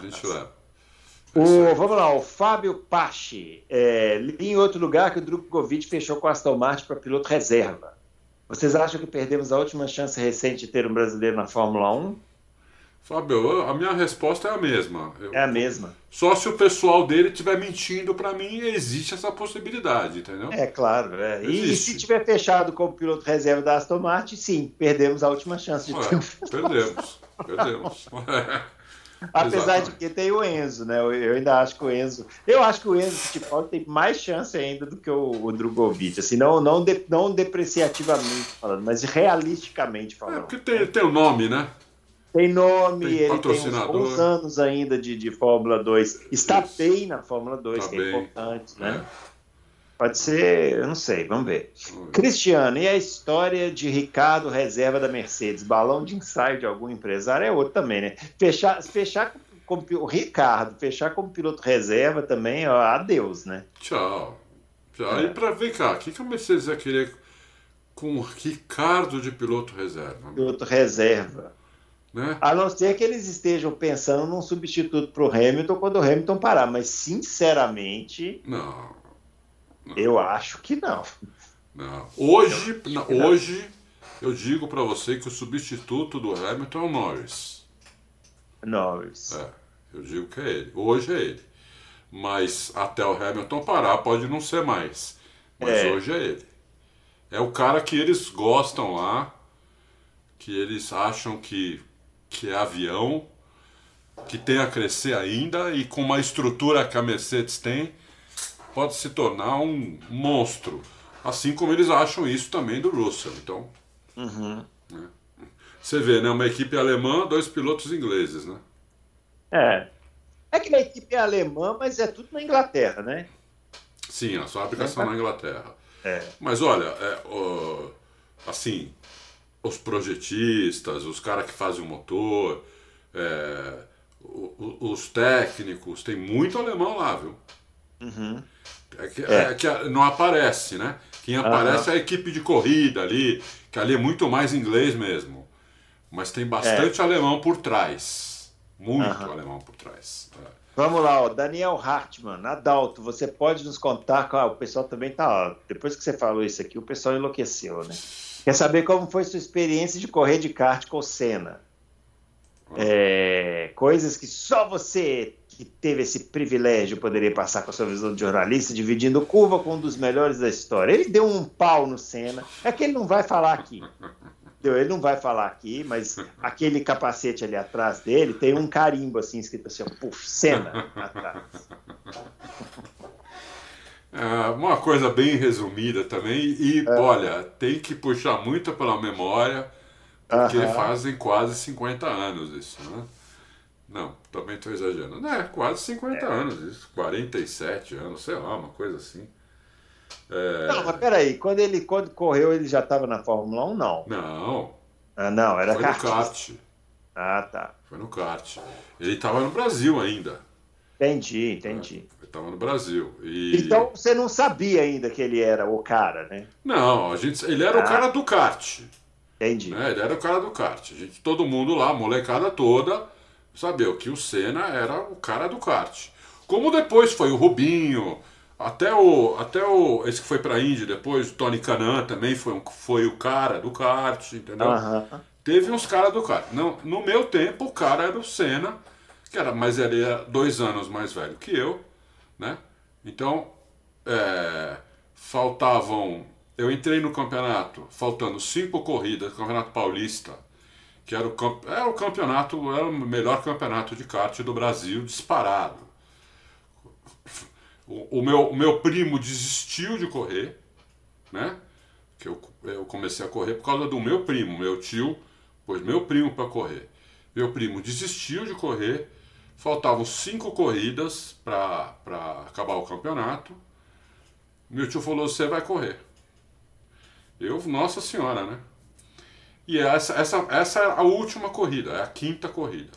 [SPEAKER 2] Vamos lá, o Fábio Pache. Li em outro lugar que o Drogovic fechou com a Aston Martin para piloto reserva. Vocês acham que perdemos a última chance recente de ter um brasileiro na Fórmula 1?
[SPEAKER 3] Fábio, a minha resposta é a mesma.
[SPEAKER 2] É a mesma.
[SPEAKER 3] Só se o pessoal dele estiver mentindo para mim, existe essa possibilidade, entendeu?
[SPEAKER 2] Claro. E se tiver fechado como piloto reserva da Aston Martin, sim, perdemos a última chance de ter um...
[SPEAKER 3] Perdemos.
[SPEAKER 2] Apesar de que tem o Enzo, né? Eu ainda acho que o Enzo... Eu acho que o Enzo Fittipaldi tem mais chance ainda do que o Drogovic. Assim, não depreciativamente falando, mas realisticamente falando.
[SPEAKER 3] Porque tem o nome, né?
[SPEAKER 2] Tem nome, ele tem uns anos ainda de Fórmula 2. Está bem na Fórmula 2, que é importante, né? Pode ser, eu não sei, vamos ver. Cristiano, e a história de Ricardo reserva da Mercedes? Balão de ensaio de algum empresário é outro também, né? Fechar com o Ricardo, fechar como piloto reserva também, ó, adeus, né?
[SPEAKER 3] Tchau. E pra ver cá, o que a Mercedes ia querer com o Ricardo de piloto reserva?
[SPEAKER 2] Piloto reserva.
[SPEAKER 3] Né?
[SPEAKER 2] A não ser que eles estejam pensando num substituto para o Hamilton quando o Hamilton parar, mas sinceramente...
[SPEAKER 3] Não.
[SPEAKER 2] Eu acho que não.
[SPEAKER 3] Hoje eu digo para você que o substituto do Hamilton é o Norris. Eu digo que é ele. Hoje é ele. Mas até o Hamilton parar pode não ser mais. Mas hoje é ele. É o cara que eles gostam lá, que eles acham que é avião, que tem a crescer ainda e com uma estrutura que a Mercedes tem, pode se tornar um monstro. Assim como eles acham isso também do Russell. Então, né? Você vê, né? Uma equipe alemã, 2 pilotos ingleses, né?
[SPEAKER 2] É que a equipe é alemã, mas é tudo na Inglaterra, né?
[SPEAKER 3] Sim, as fábricas são na Inglaterra. Mas olha, assim, os projetistas, os caras que fazem o motor, os técnicos, tem muito alemão lá, viu? Que não aparece, né? Quem aparece é a equipe de corrida ali, que ali é muito mais inglês mesmo. Mas tem bastante alemão por trás. Muito alemão por trás.
[SPEAKER 2] Vamos lá, ó, Daniel Hartmann, Adalto, você pode nos contar, o pessoal também tá, depois que você falou isso aqui, o pessoal enlouqueceu, né? Quer saber como foi sua experiência de correr de kart com o Senna? Coisas que só você que teve esse privilégio poderia passar com a sua visão de jornalista, dividindo curva com um dos melhores da história. Ele deu um pau no Senna, é que ele não vai falar aqui. Ele não vai falar aqui, mas aquele capacete ali atrás dele tem um carimbo assim, escrito assim, puf, Senna, atrás.
[SPEAKER 3] Uma coisa bem resumida também, e olha, tem que puxar muito pela memória, porque fazem quase 50 anos isso, né? Não, também estou exagerando. Quase 50 anos isso, 47 anos, sei lá, uma coisa assim.
[SPEAKER 2] Não, mas peraí, quando correu ele já estava na Fórmula 1, não?
[SPEAKER 3] Não.
[SPEAKER 2] Não, era
[SPEAKER 3] Foi no kart.
[SPEAKER 2] Tá.
[SPEAKER 3] Foi no kart. Ele estava no Brasil ainda.
[SPEAKER 2] Entendi.
[SPEAKER 3] Ele estava no Brasil.
[SPEAKER 2] Então você não sabia ainda que ele era o cara, né?
[SPEAKER 3] Não, ele era o cara do kart.
[SPEAKER 2] Entendi.
[SPEAKER 3] Né? Ele era o cara do kart. Todo mundo lá, a molecada toda, sabia que o Senna era o cara do kart. Como depois foi o Rubinho, até o esse que foi pra Indy depois, o Tony Kanaan também foi o cara do kart, entendeu? Teve uns caras do kart. Não, no meu tempo, o cara era o Senna, mas ele era 2 anos mais velho que eu, né? Então, faltavam... Eu entrei no campeonato faltando 5 corridas, Campeonato Paulista, que era o melhor campeonato de kart do Brasil, disparado. O meu primo desistiu de correr, né? Que eu comecei a correr por causa do meu primo. Meu tio pôs meu primo para correr. Meu primo desistiu de correr, faltavam 5 corridas para acabar o campeonato. Meu tio falou: você vai correr. Nossa senhora, né? E essa é a última corrida, é a 5ª corrida.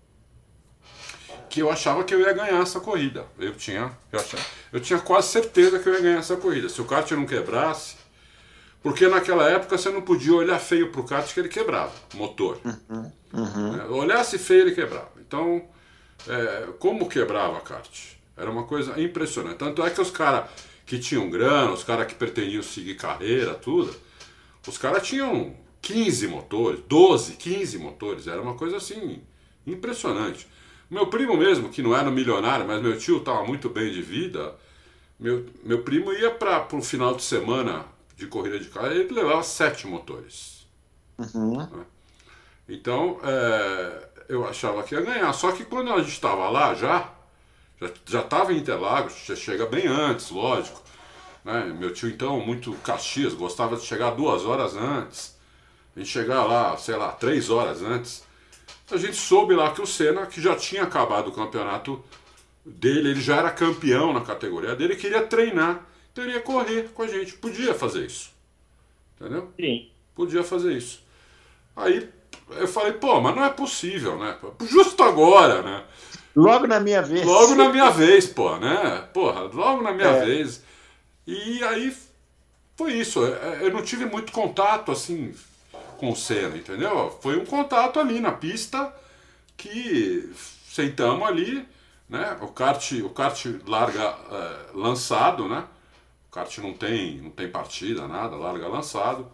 [SPEAKER 3] Que eu achava que eu ia ganhar essa corrida. Eu tinha quase certeza que eu ia ganhar essa corrida. Se o kart não quebrasse, porque naquela época você não podia olhar feio pro kart que ele quebrava, o motor. Olhasse feio ele quebrava. Então, como quebrava kart? Era uma coisa impressionante. Tanto é que os caras que tinham grana, os caras que pretendiam seguir carreira, tudo, os caras tinham 15 motores, 12, 15 motores, era uma coisa assim, impressionante. Meu primo mesmo, que não era milionário, mas meu tio estava muito bem de vida, meu primo ia para o final de semana de corrida de carro, ele levava 7 motores. Né? Então, eu achava que ia ganhar, só que quando a gente estava lá já estava em Interlagos, já chega bem antes, lógico. Né? Meu tio, então, muito Caxias, gostava de chegar 2 horas antes. A gente chegar lá, sei lá, 3 horas antes. A gente soube lá que o Senna, que já tinha acabado o campeonato dele, ele já era campeão na categoria dele, queria treinar. Então ele ia correr com a gente. Podia fazer isso. Entendeu?
[SPEAKER 2] Sim.
[SPEAKER 3] Podia fazer isso. Aí eu falei, pô, mas não é possível, né? Justo agora, né?
[SPEAKER 2] Logo na minha vez.
[SPEAKER 3] Logo na minha vez, pô, né? Porra, logo na minha vez. E aí foi isso. Eu não tive muito contato, assim, com o Senna, entendeu? Foi um contato ali na pista que sentamos ali, né? O kart larga lançado, né? O kart não tem partida, nada, larga lançado.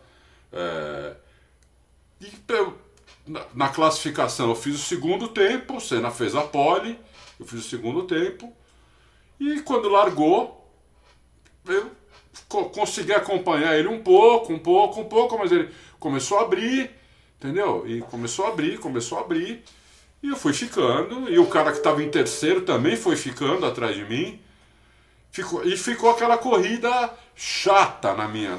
[SPEAKER 3] E na classificação eu fiz o segundo tempo, o Senna fez a pole, eu fiz o segundo tempo, e quando largou, eu consegui acompanhar ele um pouco, mas ele começou a abrir, entendeu? E começou a abrir, e eu fui ficando, e o cara que estava em terceiro também foi ficando atrás de mim, ficou aquela corrida chata na minha...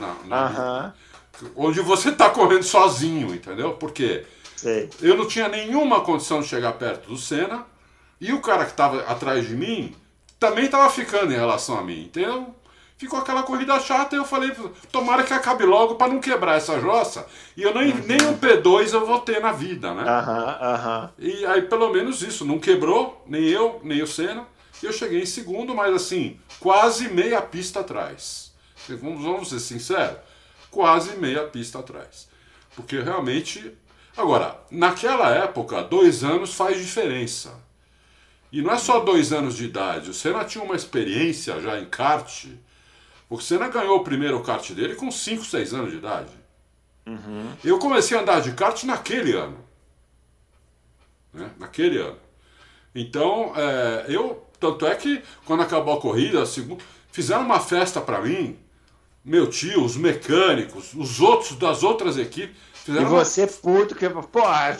[SPEAKER 3] onde você está correndo sozinho, entendeu? Porque... eu não tinha nenhuma condição de chegar perto do Senna, e o cara que estava atrás de mim também estava ficando em relação a mim. Então ficou aquela corrida chata, e eu falei, tomara que acabe logo para não quebrar essa jossa, e eu nem um P2 eu vou ter na vida, né? E aí pelo menos isso, não quebrou, nem eu, nem o Senna, e eu cheguei em segundo, mas assim, quase meia pista atrás. Vamos ser sinceros, quase meia pista atrás. Porque realmente... Agora, naquela época, 2 anos faz diferença. E não é só 2 anos de idade. O Senna tinha uma experiência já em kart. O Senna ganhou o primeiro kart dele com 5, 6 anos de idade. Eu comecei a andar de kart naquele ano. Né? Naquele ano. Então, tanto é que quando acabou a corrida, fizeram uma festa para mim. Meu tio, os mecânicos, os outros das outras equipes.
[SPEAKER 2] E você puto que... Pô,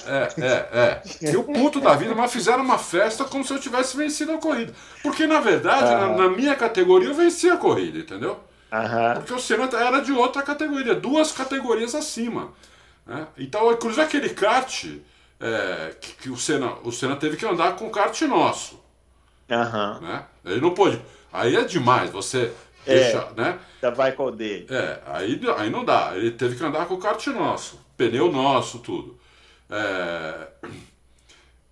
[SPEAKER 3] E o puto da vida, mas fizeram uma festa como se eu tivesse vencido a corrida. Porque, na verdade, na minha categoria, eu venci a corrida, entendeu? Porque o Senna era de outra categoria, 2 categorias acima. Né? Então, inclusive aquele kart, que o Senna teve que andar com o kart nosso. Né? Ele não pôde. Aí é demais, você... deixa, né?
[SPEAKER 2] Já vai com o dele.
[SPEAKER 3] Aí não dá. Ele teve que andar com o kart nosso, pneu nosso, tudo.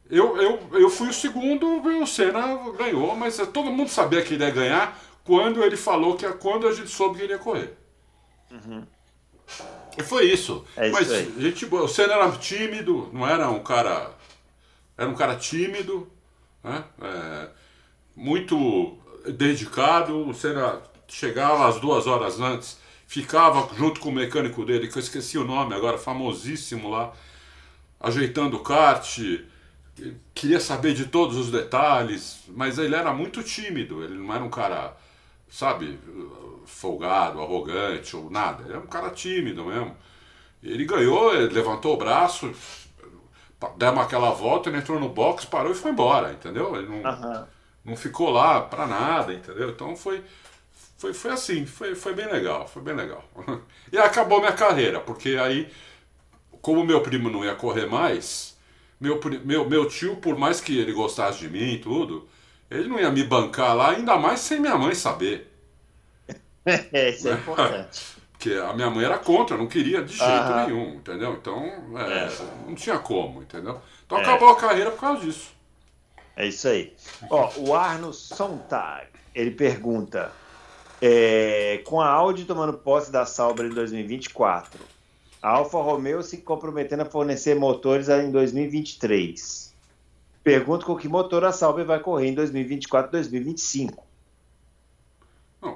[SPEAKER 3] Eu fui o segundo, o Senna ganhou, mas todo mundo sabia que ele ia ganhar quando ele falou quando a gente soube que ele ia correr.
[SPEAKER 2] Uhum.
[SPEAKER 3] E foi isso.
[SPEAKER 2] É
[SPEAKER 3] Mas
[SPEAKER 2] isso aí.
[SPEAKER 3] o Senna era tímido, não era um cara. Era um cara tímido, né? Muito dedicado. O Senna chegava às 2 horas antes, ficava junto com o mecânico dele, que eu esqueci o nome agora, famosíssimo lá, ajeitando o kart, queria saber de todos os detalhes, mas ele era muito tímido, ele não era um cara, sabe, folgado, arrogante ou nada, ele era um cara tímido mesmo. Ele ganhou, ele levantou o braço, demos aquela volta, ele entrou no box, parou e foi embora, entendeu? Ele não ficou lá pra nada, entendeu? Então foi assim, foi bem legal, foi bem legal. E acabou minha carreira, porque aí, como meu primo não ia correr mais, meu tio, por mais que ele gostasse de mim e tudo, ele não ia me bancar lá, ainda mais sem minha mãe saber.
[SPEAKER 2] Isso é importante.
[SPEAKER 3] Porque a minha mãe era contra, não queria de jeito nenhum, entendeu? Então, não tinha como, entendeu? Então acabou a carreira por causa disso.
[SPEAKER 2] É isso aí. Ó, o Arno Sontag, ele pergunta, com a Audi tomando posse da Sauber em 2024, a Alfa Romeo se comprometendo a fornecer motores em 2023. Pergunto com que motor a Sauber vai correr em 2024 e 2025.
[SPEAKER 3] Não,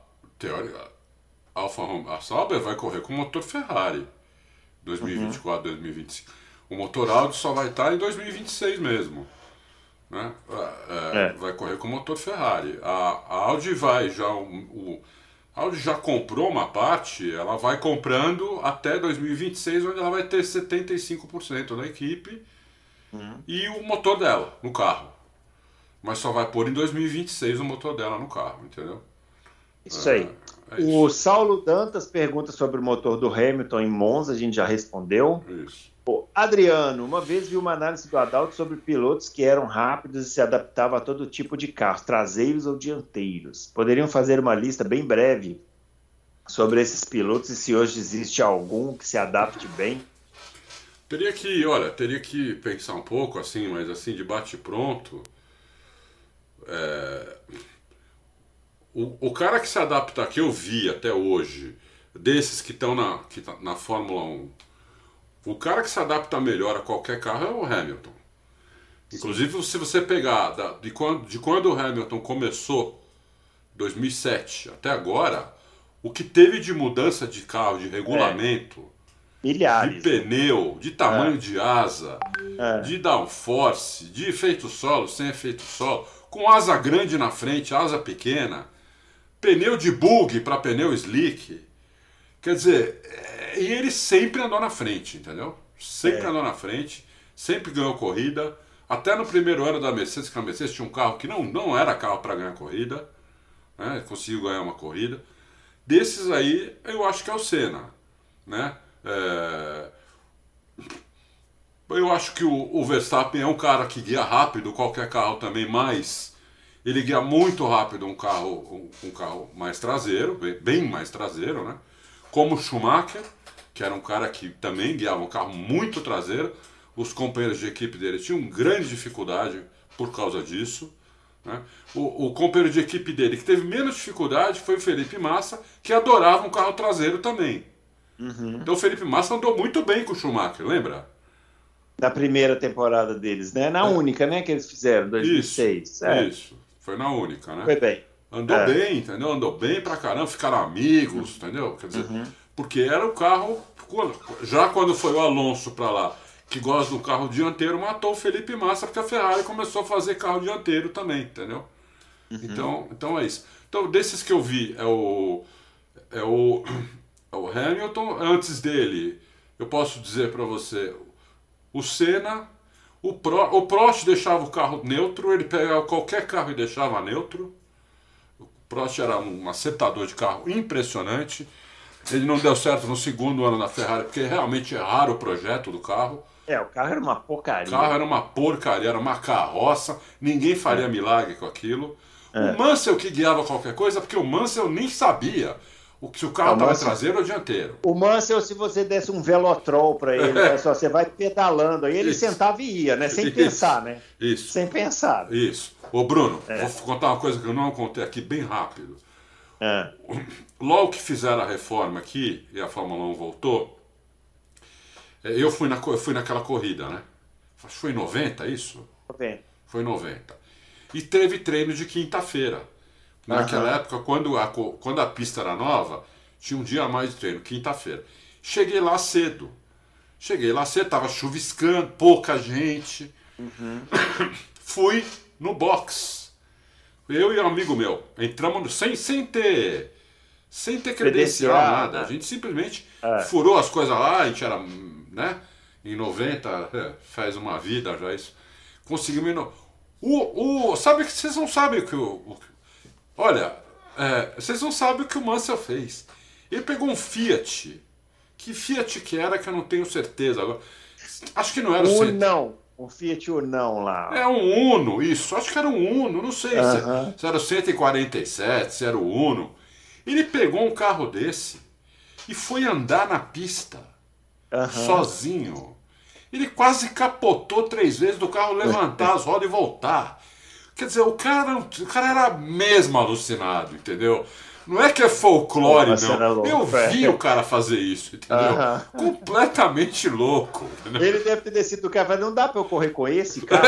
[SPEAKER 3] a Sauber vai correr com motor Ferrari 2024, 2025. O motor Audi só vai estar em 2026 mesmo. Né? Vai correr com motor Ferrari. A Audi vai já. A Audi já comprou uma parte, ela vai comprando até 2026, onde ela vai ter 75% da equipe e o motor dela no carro. Mas só vai pôr em 2026 o motor dela no carro, entendeu?
[SPEAKER 2] Isso aí. O Saulo Dantas pergunta sobre o motor do Hamilton em Monza, a gente já respondeu.
[SPEAKER 3] Isso.
[SPEAKER 2] Adriano, uma vez vi uma análise do Adalto sobre pilotos que eram rápidos e se adaptavam a todo tipo de carros, traseiros ou dianteiros. Poderiam fazer uma lista bem breve sobre esses pilotos e se hoje existe algum que se adapte bem?
[SPEAKER 3] Teria que pensar um pouco, assim, mas assim, de bate-pronto. O cara que se adapta, que eu vi até hoje, desses que estão na Fórmula 1, o cara que se adapta melhor a qualquer carro é o Hamilton. Inclusive, se você pegar de quando o Hamilton começou, 2007, até agora, o que teve de mudança de carro, de regulamento,
[SPEAKER 2] milhares,
[SPEAKER 3] de pneu, de tamanho de asa, de downforce, de efeito solo, sem efeito solo, com asa grande na frente, asa pequena, pneu de bug para pneu slick. Quer dizer, e ele sempre andou na frente, entendeu? Sempre andou na frente, sempre ganhou corrida. Até no primeiro ano da Mercedes, que a Mercedes tinha um carro que não era carro para ganhar corrida, né? Conseguiu ganhar uma corrida. Desses aí, eu acho que é o Senna, né? Eu acho que o Verstappen é um cara que guia rápido, qualquer carro também, mas ele guia muito rápido um carro mais traseiro, bem mais traseiro, né? Como o Schumacher, que era um cara que também guiava um carro muito traseiro. Os companheiros de equipe dele tinham grande dificuldade por causa disso. Né? O companheiro de equipe dele que teve menos dificuldade foi o Felipe Massa, que adorava um carro traseiro também. Então o Felipe Massa andou muito bem com o Schumacher, lembra?
[SPEAKER 2] Da primeira temporada deles, né? Na única, né, que eles fizeram, 2006.
[SPEAKER 3] Isso, foi na única, né?
[SPEAKER 2] Foi bem.
[SPEAKER 3] Andou bem, entendeu? Andou bem pra caramba, ficaram amigos, entendeu? Quer dizer, porque era o carro, já quando foi o Alonso pra lá, que gosta do carro dianteiro, matou o Felipe Massa, porque a Ferrari começou a fazer carro dianteiro também, entendeu? Então é isso. Então, desses que eu vi, é o Hamilton. Antes dele, eu posso dizer pra você, o Senna. O Prost deixava o carro neutro, ele pegava qualquer carro e deixava neutro. O Prost era um acertador de carro impressionante. Ele não deu certo no segundo ano na Ferrari, porque realmente erraram o projeto do carro.
[SPEAKER 2] O carro era uma porcaria.
[SPEAKER 3] O carro era uma porcaria, era uma carroça, ninguém faria milagre com aquilo. O Mansell que guiava qualquer coisa, porque o Mansell nem sabia. Se o carro estava traseiro ou dianteiro.
[SPEAKER 2] O Mansell, se você desse um velotrol para ele, só você vai pedalando, aí ele sentava e ia, né? Sem pensar, né?
[SPEAKER 3] Isso.
[SPEAKER 2] Sem pensar.
[SPEAKER 3] Isso. Ô, Bruno, vou contar uma coisa que eu não contei aqui bem rápido. Logo que fizeram a reforma aqui e a Fórmula 1 voltou, eu fui naquela corrida, né? Acho que foi em 90, isso?
[SPEAKER 2] 90.
[SPEAKER 3] Foi em 90. E teve treino de quinta-feira. Naquela época, quando a pista era nova, tinha um dia a mais de treino, quinta-feira. Cheguei lá cedo, tava chuviscando, pouca gente. Fui no box. Eu e um amigo meu, entramos sem ter credencial, nada. A gente simplesmente furou as coisas lá, a gente era, né? Em 90, faz uma vida já isso. Conseguimos. Sabe que vocês não sabem o que olha, vocês não sabem o que o Mansell fez. Ele pegou um Fiat. Que Fiat que era que eu não tenho certeza agora. Acho que não era o
[SPEAKER 2] Uno. Um Fiat Uno lá.
[SPEAKER 3] É um Uno, isso. Acho que era um Uno. Não sei se era o 147, se era o Uno. Ele pegou um carro desse e foi andar na pista sozinho. Ele quase capotou 3 vezes do carro levantar as rodas e voltar. Quer dizer, o cara era mesmo alucinado, entendeu? Não é que é folclore, não. Eu vi o cara fazer isso, entendeu? Completamente louco. Entendeu?
[SPEAKER 2] Ele deve ter descido do carro, não dá pra eu correr com esse carro.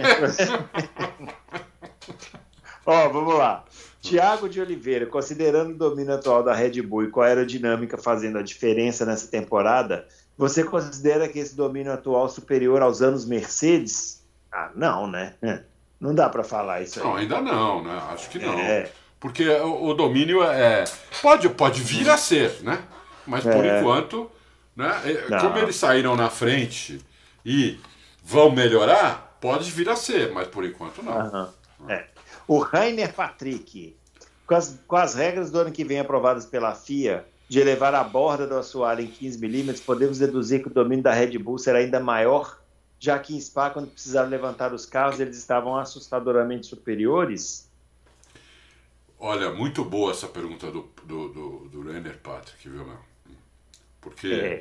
[SPEAKER 2] Ó, vamos lá. Tiago de Oliveira, considerando o domínio atual da Red Bull e com a aerodinâmica fazendo a diferença nessa temporada, você considera que esse domínio atual é superior aos anos Mercedes? Não, né? Não dá para falar isso aí.
[SPEAKER 3] Não, ainda não, né? Acho que não. Porque o domínio pode vir a ser, né? Mas por enquanto, né? Como eles saíram na frente e vão melhorar, pode vir a ser, mas por enquanto não.
[SPEAKER 2] O Rainer Patrick, com as regras do ano que vem aprovadas pela FIA de elevar a borda do assoalho em 15 milímetros, podemos deduzir que o domínio da Red Bull será ainda maior, já que em Spa, quando precisaram levantar os carros, eles estavam assustadoramente superiores?
[SPEAKER 3] Olha, muito boa essa pergunta do Rainer Patrick, viu, meu? Porque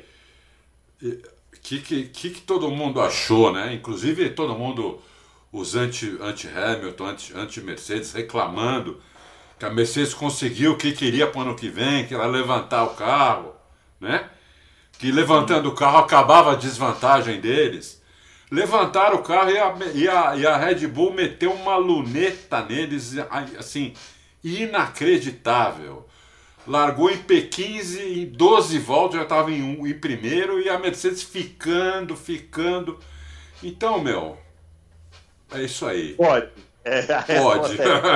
[SPEAKER 3] que todo mundo achou, né? Inclusive todo mundo, os anti-Hamilton, anti-Mercedes, reclamando que a Mercedes conseguiu o que queria para o ano que vem, que era levantar o carro, né? Que levantando o carro acabava a desvantagem deles. Levantaram o carro e a Red Bull meteu uma luneta neles, assim, inacreditável. Largou em P15, em 12 voltas já estava em primeiro, e a Mercedes ficando. Então, meu, é isso aí.
[SPEAKER 2] Pode.
[SPEAKER 3] Pode.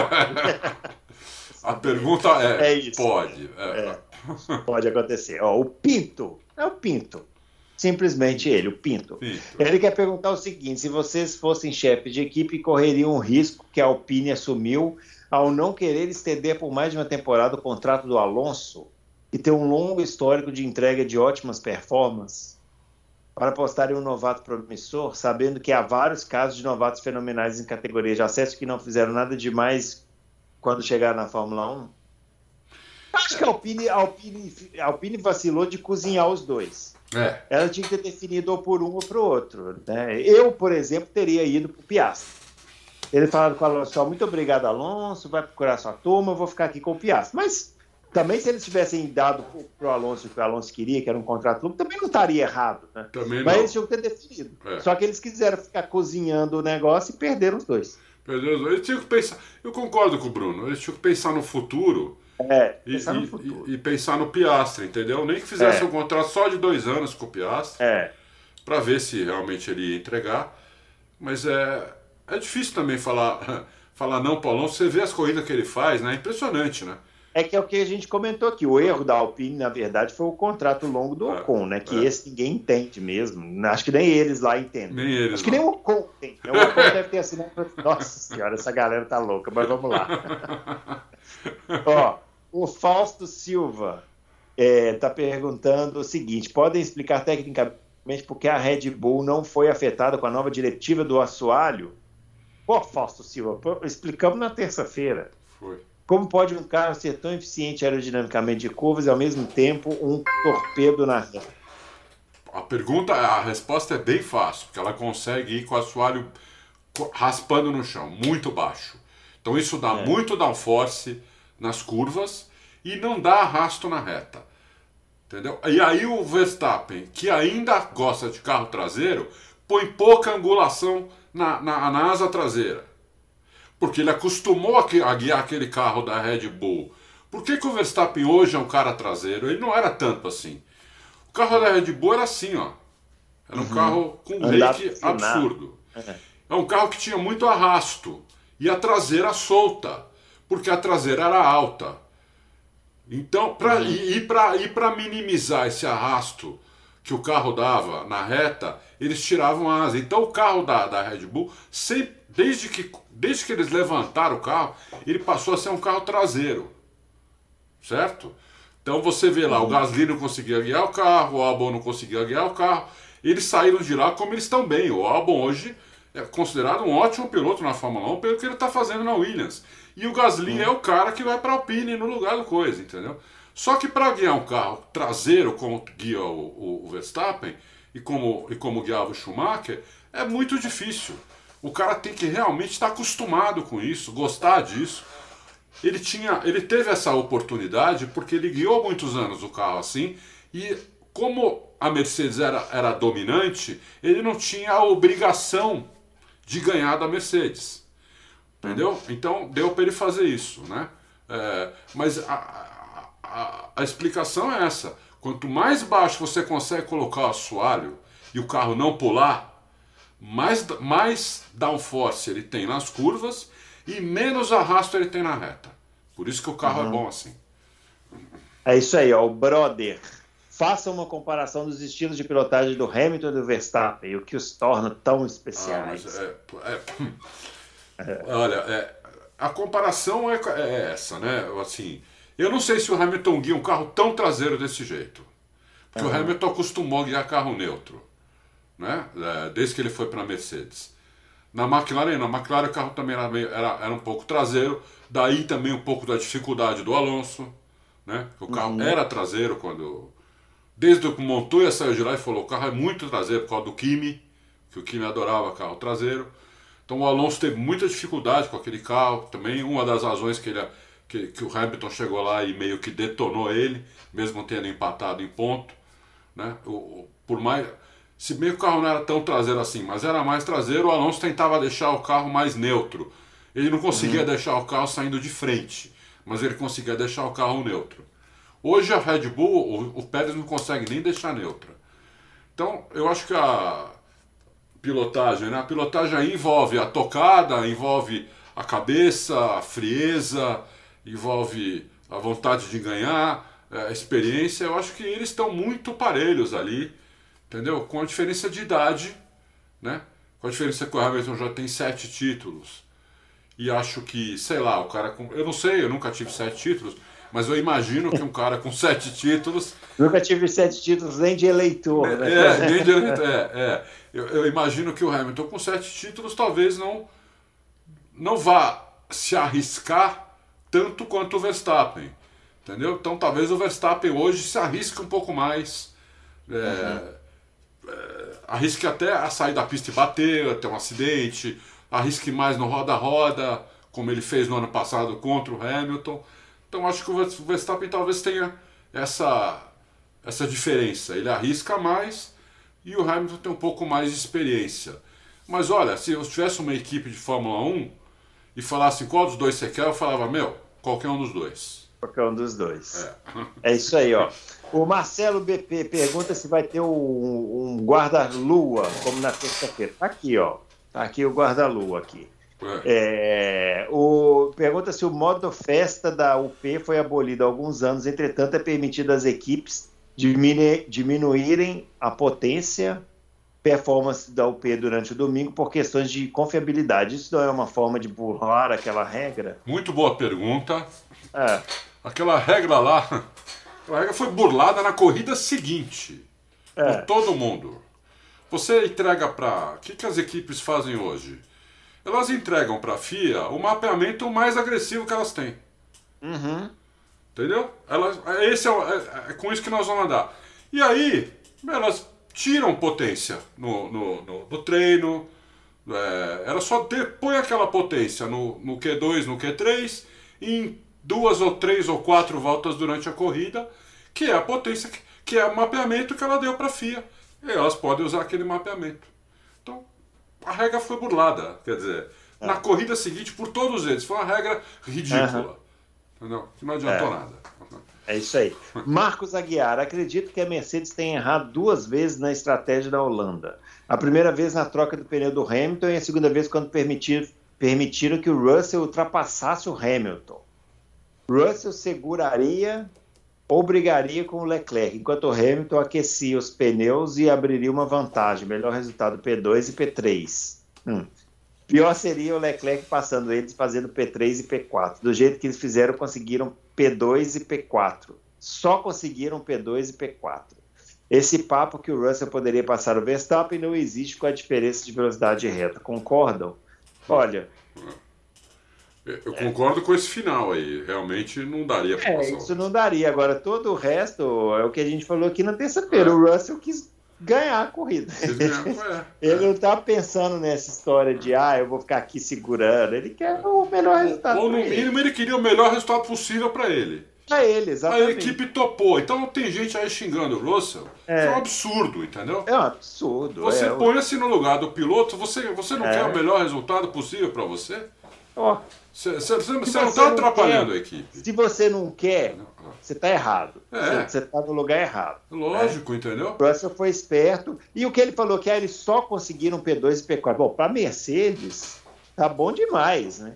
[SPEAKER 3] A pergunta isso. Pode.
[SPEAKER 2] Pode acontecer. O Pinto. É o Pinto. Simplesmente ele, o Pinto. Ele quer perguntar o seguinte: se vocês fossem chefes de equipe, correriam um risco que a Alpine assumiu ao não querer estender por mais de uma temporada o contrato do Alonso e ter um longo histórico de entrega de ótimas performances, para apostar em um novato promissor, sabendo que há vários casos de novatos fenomenais em categoria de acesso que não fizeram nada demais quando chegaram na Fórmula 1? Acho que a Alpine vacilou de cozinhar os dois. Ela tinha que ter definido ou por um ou por outro, né? Eu, por exemplo, teria ido para o Piastri. Ele falou com o Alonso: muito obrigado, Alonso, vai procurar sua turma, eu vou ficar aqui com o Piastri. Mas também, se eles tivessem dado para o Alonso o que o Alonso queria, que era um contrato longo, também não estaria errado, né? Mas eles tinham que ter definido. Só que eles quiseram ficar cozinhando o negócio e perderam os dois.
[SPEAKER 3] Eles tinham que pensar. Eu concordo com o Bruno, eles tinham que pensar no futuro.
[SPEAKER 2] Pensar no futuro.
[SPEAKER 3] E pensar no Piastri, entendeu? Nem que fizesse um contrato só de 2 anos com o Piastri, para ver se realmente ele ia entregar. Mas é difícil também falar não para o Alonso. Você vê as corridas que ele faz, né? É impressionante, né?
[SPEAKER 2] É o que a gente comentou aqui. O erro da Alpine, na verdade, foi o contrato longo do Ocon, né? Que esse ninguém entende mesmo. Acho que nem eles lá entendem. Acho que nem o Ocon tem. O Ocon deve ter assinado. Nossa senhora, essa galera tá louca, mas vamos lá. O Fausto Silva tá perguntando o seguinte: podem explicar tecnicamente por que a Red Bull não foi afetada com a nova diretiva do assoalho? Fausto Silva, explicamos na terça-feira. Como pode um carro ser tão eficiente aerodinamicamente de curvas e ao mesmo tempo um torpedo na reta?
[SPEAKER 3] A resposta é bem fácil, porque ela consegue ir com o assoalho raspando no chão, muito baixo. Então isso dá muito downforce nas curvas e não dá arrasto na reta. Entendeu? E aí o Verstappen, que ainda gosta de carro traseiro, põe pouca angulação na asa traseira. Porque ele acostumou a guiar aquele carro da Red Bull. Por que o Verstappen hoje é um cara traseiro? Ele não era tanto assim. O carro da Red Bull era assim, ó. Era um carro com um rake absurdo. É um carro que tinha muito arrasto. E a traseira solta. Porque a traseira era alta. Então, para minimizar esse arrasto que o carro dava na reta, eles tiravam a asa. Então o carro da Red Bull, desde que eles levantaram o carro, ele passou a ser um carro traseiro. Certo? Então você vê lá, o Gasly não conseguia guiar o carro, o Albon não conseguia guiar o carro. Eles saíram de lá como eles estão bem. O Albon hoje é considerado um ótimo piloto na Fórmula 1 pelo que ele está fazendo na Williams. E o Gasly é o cara que vai para a Alpine no lugar do coisa, entendeu? Só que para guiar um carro traseiro, como guia o Verstappen e como guiava o Schumacher, é muito difícil. O cara tem que realmente estar acostumado com isso, gostar disso. Ele teve essa oportunidade porque ele guiou muitos anos o carro assim, e como a Mercedes era dominante, ele não tinha a obrigação de ganhar da Mercedes. Entendeu? Então deu para ele fazer isso, né? Mas a explicação é essa. Quanto mais baixo você consegue colocar o assoalho e o carro não pular, mais downforce ele tem nas curvas e menos arrasto ele tem na reta. Por isso que o carro é bom assim.
[SPEAKER 2] É isso aí, ó, o Brother. Faça uma comparação dos estilos de pilotagem do Hamilton e do Verstappen, o que os torna tão especiais.
[SPEAKER 3] Olha, a comparação é essa, né? Assim, eu não sei se o Hamilton guia um carro tão traseiro desse jeito. Porque o Hamilton acostumou a guiar carro neutro, né? Desde que ele foi para a Mercedes. Na McLaren o carro também era um pouco traseiro, daí também um pouco da dificuldade do Alonso, né? O carro era traseiro desde que o Montoya saiu de lá e falou: o carro é muito traseiro por causa do Kimi, que o Kimi adorava carro traseiro. Então o Alonso teve muita dificuldade com aquele carro também. Uma das razões que o Hamilton chegou lá e meio que detonou ele, mesmo tendo empatado em ponto, né? Se bem que o carro não era tão traseiro assim, mas era mais traseiro, o Alonso tentava deixar o carro mais neutro. Ele não conseguia deixar o carro saindo de frente, mas ele conseguia deixar o carro neutro. Hoje a Red Bull, o Pérez não consegue nem deixar neutra. Então eu acho que a pilotagem, né? A pilotagem aí envolve a tocada, envolve a cabeça, a frieza, envolve a vontade de ganhar, a experiência. Eu acho que eles estão muito parelhos ali, entendeu? Com a diferença de idade, né? Com a diferença que o Hamilton já tem 7 títulos. E acho que, sei lá, o cara com... Eu não sei, eu nunca tive 7 títulos, mas eu imagino que um cara com 7 títulos...
[SPEAKER 2] Nunca tive 7 títulos nem de eleitor, né?
[SPEAKER 3] Nem de eleitor, Eu imagino que o Hamilton com 7 títulos talvez não vá se arriscar tanto quanto o Verstappen, entendeu? Então talvez o Verstappen hoje se arrisque um pouco mais, arrisque até a sair da pista e bater, ter um acidente, arrisque mais no roda-roda, como ele fez no ano passado contra o Hamilton. Então acho que o Verstappen talvez tenha essa diferença. Ele arrisca mais e o Hamilton tem um pouco mais de experiência. Mas olha, se eu tivesse uma equipe de Fórmula 1 e falasse qual dos dois você quer, eu falava, qualquer um dos dois.
[SPEAKER 2] Qualquer um dos dois. É isso aí, ó. O Marcelo BP pergunta se vai ter um guarda-lua, como na sexta-feira. Tá aqui, ó. Tá aqui o guarda-lua aqui. Pergunta se o modo festa da UP foi abolido há alguns anos, entretanto é permitido às equipes diminuírem a potência, performance da UP durante o domingo por questões de confiabilidade. Isso não é uma forma de burlar aquela regra?
[SPEAKER 3] Muito boa pergunta. Aquela regra foi burlada na corrida seguinte por todo mundo. Você entrega para... O que as equipes fazem hoje? Elas entregam para a FIA o mapeamento mais agressivo que elas têm.
[SPEAKER 2] Uhum.
[SPEAKER 3] Entendeu? É com isso que nós vamos andar. E aí, elas tiram potência no treino. Era só põe aquela potência no Q2, no Q3, em 2 ou 3 ou 4 voltas durante a corrida, que é a potência, que é o mapeamento que ela deu para a FIA. E elas podem usar aquele mapeamento. Então, a regra foi burlada. Quer dizer, na corrida seguinte, por todos eles, foi uma regra ridícula. Entendeu? Que não adiantou nada.
[SPEAKER 2] É isso aí. Marcos Aguiar, acredito que a Mercedes tenha errado 2 vezes na estratégia da Holanda. A primeira vez na troca do pneu do Hamilton e a segunda vez quando permitiram que o Russell ultrapassasse o Hamilton. Russell seguraria ou brigaria com o Leclerc, enquanto o Hamilton aquecia os pneus e abriria uma vantagem. Melhor resultado P2 e P3. Pior seria o Leclerc passando eles, fazendo P3 e P4. Do jeito que eles fizeram, conseguiram P2 e P4. Só conseguiram P2 e P4. Esse papo que o Russell poderia passar o Verstappen não existe com a diferença de velocidade reta. Concordam? Olha...
[SPEAKER 3] Eu concordo com esse final aí. Realmente não daria para passar.
[SPEAKER 2] Isso não daria. Agora, todo o resto é o que a gente falou aqui na terça-feira. O Russell quis ganhar a corrida. Ele não tá pensando nessa história de eu vou ficar aqui segurando. Ele quer o melhor resultado.
[SPEAKER 3] Ou no mínimo ele queria o melhor resultado possível para ele.
[SPEAKER 2] Para ele, exatamente.
[SPEAKER 3] A equipe topou. Então tem gente aí xingando o Russell. É um absurdo, entendeu?
[SPEAKER 2] É um absurdo.
[SPEAKER 3] Você põe-se no lugar do piloto. Você não quer o melhor resultado possível para você? Você não está atrapalhando a equipe.
[SPEAKER 2] Se você não quer, você está errado. Você está no lugar errado.
[SPEAKER 3] Lógico, entendeu?
[SPEAKER 2] O Russell foi esperto. E o que ele falou que eles só conseguiram P2 e P4. Bom, para Mercedes, tá bom demais, né?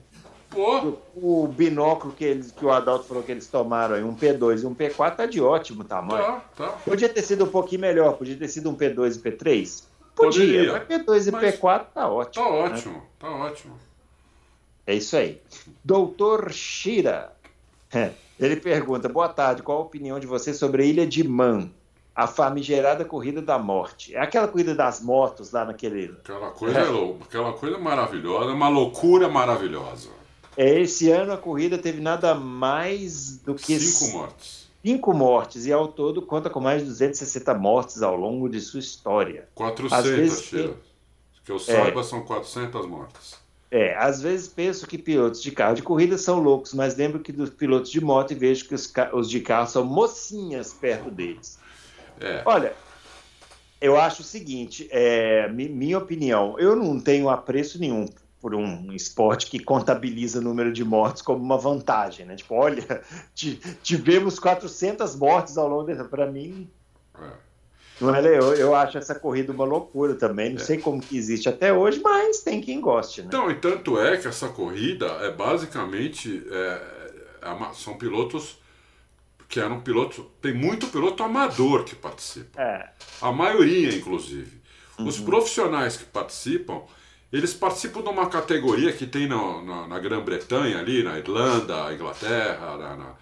[SPEAKER 2] O binóculo que o Adalto falou que eles tomaram aí, um P2 e um P4, tá de ótimo tamanho.
[SPEAKER 3] Tá.
[SPEAKER 2] Podia ter sido um pouquinho melhor, podia ter sido um P2 e P3? Podia, mas P2 e P4 tá ótimo.
[SPEAKER 3] Tá ótimo, tá ótimo.
[SPEAKER 2] É isso aí. Doutor Shira, ele pergunta, boa tarde, qual a opinião de você sobre a Ilha de Man, a famigerada corrida da morte? É aquela corrida das motos lá naquele...
[SPEAKER 3] Aquela coisa maravilhosa, uma loucura maravilhosa.
[SPEAKER 2] Esse ano a corrida teve nada mais do que...
[SPEAKER 3] 5 mortes.
[SPEAKER 2] 5 mortes, e ao todo conta com mais de 260 mortes ao longo de sua história.
[SPEAKER 3] 400, Shira. Que eu saiba, são 400 mortes.
[SPEAKER 2] Às vezes penso que pilotos de carro de corrida são loucos, mas lembro que dos pilotos de moto e vejo que os de carro são mocinhas perto deles. Olha, eu acho o seguinte, minha opinião, eu não tenho apreço nenhum por um esporte que contabiliza o número de mortes como uma vantagem, né? Tipo, olha, tivemos 400 mortes ao longo dessa... Para mim... Não é, eu acho essa corrida uma loucura também. Não sei como que existe até hoje, mas tem quem goste, né?
[SPEAKER 3] Então, e tanto é que essa corrida é basicamente são pilotos que eram pilotos. Tem muito piloto amador que participa. A maioria, inclusive. Os profissionais que participam, eles participam de uma categoria que tem na Grã-Bretanha, ali, na Irlanda, Inglaterra,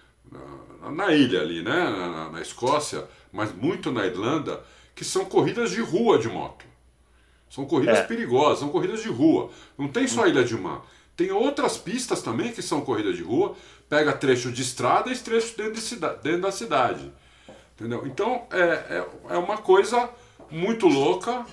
[SPEAKER 3] na ilha ali, né? Na Escócia, mas muito na Irlanda, que são corridas de rua de moto. São corridas perigosas, são corridas de rua. Não tem só a Ilha de Man. Tem outras pistas também que são corridas de rua. Pega trecho de estrada e trecho dentro da cidade. Entendeu? Então, é uma coisa muito louca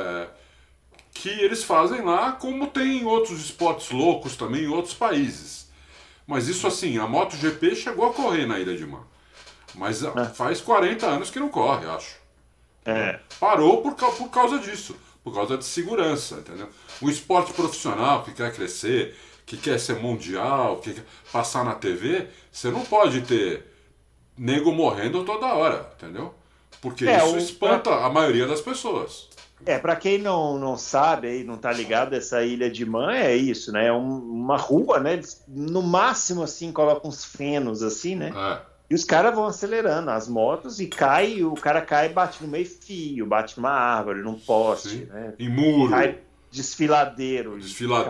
[SPEAKER 3] que eles fazem lá, como tem outros esportes loucos também em outros países. Mas isso assim, a MotoGP chegou a correr na Ilha de Man. Mas faz 40 anos que não corre, acho. Parou por causa disso. Por causa de segurança, entendeu? Um esporte profissional que quer crescer, que quer ser mundial, que quer passar na TV, você não pode ter nego morrendo toda hora, entendeu? Porque isso espanta a maioria das pessoas.
[SPEAKER 2] Para quem não sabe e não tá ligado, essa Ilha de Man é isso, né? É uma rua, né? Eles, no máximo, assim, colocam uns frenos, assim, né? E os caras vão acelerando as motos e o cara cai e bate no meio-fio, bate numa árvore, num poste, né?
[SPEAKER 3] Em muro.
[SPEAKER 2] Cai desfiladeiro.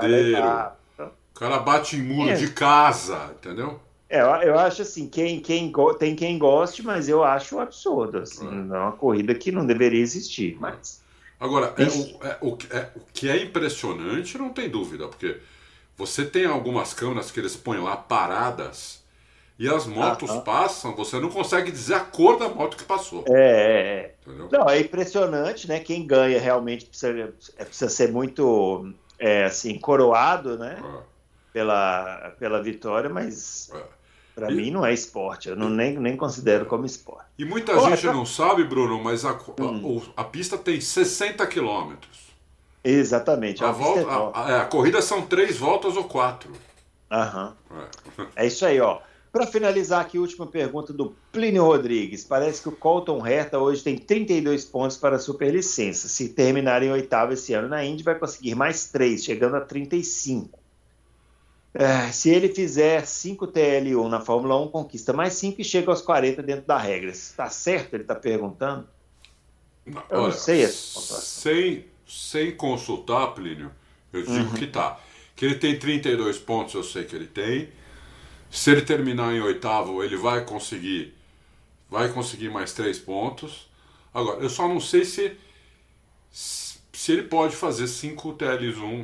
[SPEAKER 3] O cara bate em muro de casa, entendeu?
[SPEAKER 2] Eu acho assim, tem quem goste, mas eu acho um absurdo, assim, é uma corrida que não deveria existir, mas...
[SPEAKER 3] Agora, o que é impressionante, não tem dúvida, porque você tem algumas câmeras que eles põem lá paradas E as motos passam, você não consegue dizer a cor da moto que passou.
[SPEAKER 2] Entendeu? Não, é impressionante, né? Quem ganha realmente precisa ser muito assim, coroado, né? Pela vitória, mas para mim não é esporte. Eu nem considero como esporte.
[SPEAKER 3] E muita gente não sabe, Bruno, mas a pista tem 60 quilômetros.
[SPEAKER 2] Exatamente.
[SPEAKER 3] A corrida são 3 voltas ou 4.
[SPEAKER 2] É isso aí, ó. Para finalizar aqui, última pergunta do Plínio Rodrigues. Parece que o Colton Herta hoje tem 32 pontos para a superlicença. Se terminar em oitavo esse ano na Indy, vai conseguir mais 3, chegando a 35. Se ele fizer 5 TL1 na Fórmula 1, conquista mais 5 e chega aos 40 dentro da regra. Está certo? Ele está perguntando. Eu não sei essa pontuação.
[SPEAKER 3] Sem consultar, Plínio, eu digo que tá. Que ele tem 32 pontos, eu sei que ele tem. Se ele terminar em oitavo, ele vai conseguir mais 3 pontos. Agora, eu só não sei se ele pode fazer 5 TL1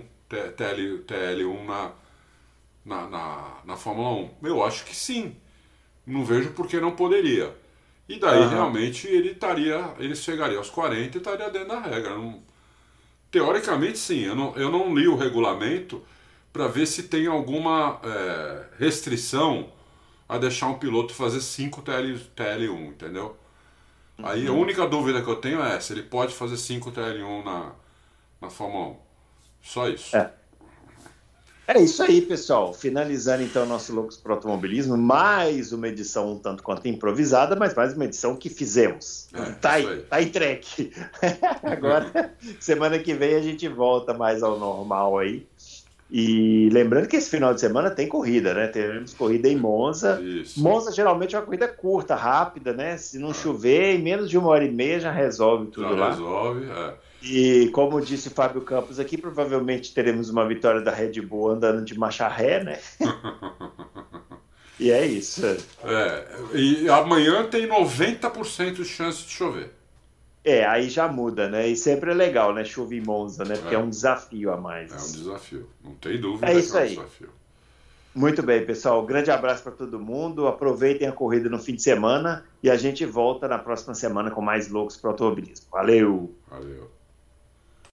[SPEAKER 3] na Fórmula 1. Eu acho que sim. Não vejo por que não poderia. E daí, realmente, ele chegaria aos 40 e estaria dentro da regra. Teoricamente, sim. Eu não li o regulamento para ver se tem alguma restrição a deixar um piloto fazer 5 TL1, entendeu? Aí a única dúvida que eu tenho é se ele pode fazer 5 TL1 na Fórmula 1. Só isso.
[SPEAKER 2] É isso aí, pessoal. Finalizando então nosso Loucos pro Automobilismo, mais uma edição um tanto quanto improvisada, mas mais uma edição que fizemos. Tá entregue. Agora, semana que vem a gente volta mais ao normal aí. E lembrando que esse final de semana tem corrida, né? Teremos corrida em Monza.
[SPEAKER 3] Isso.
[SPEAKER 2] Monza geralmente é uma corrida curta, rápida, né? Se não chover, em menos de 1h30 já resolve tudo lá.
[SPEAKER 3] Resolve,
[SPEAKER 2] E como disse o Fábio Campos aqui, provavelmente teremos uma vitória da Red Bull andando de marcha ré, né? E é isso.
[SPEAKER 3] E amanhã tem 90% de chance de chover.
[SPEAKER 2] Aí já muda, né? E sempre é legal, né? Chuva em Monza, né? Porque é um desafio a mais.
[SPEAKER 3] É um desafio, não tem dúvida
[SPEAKER 2] que é um
[SPEAKER 3] desafio.
[SPEAKER 2] Muito bem, pessoal. Grande abraço para todo mundo. Aproveitem a corrida no fim de semana e a gente volta na próxima semana com mais Loucos pro Automobilismo. Valeu!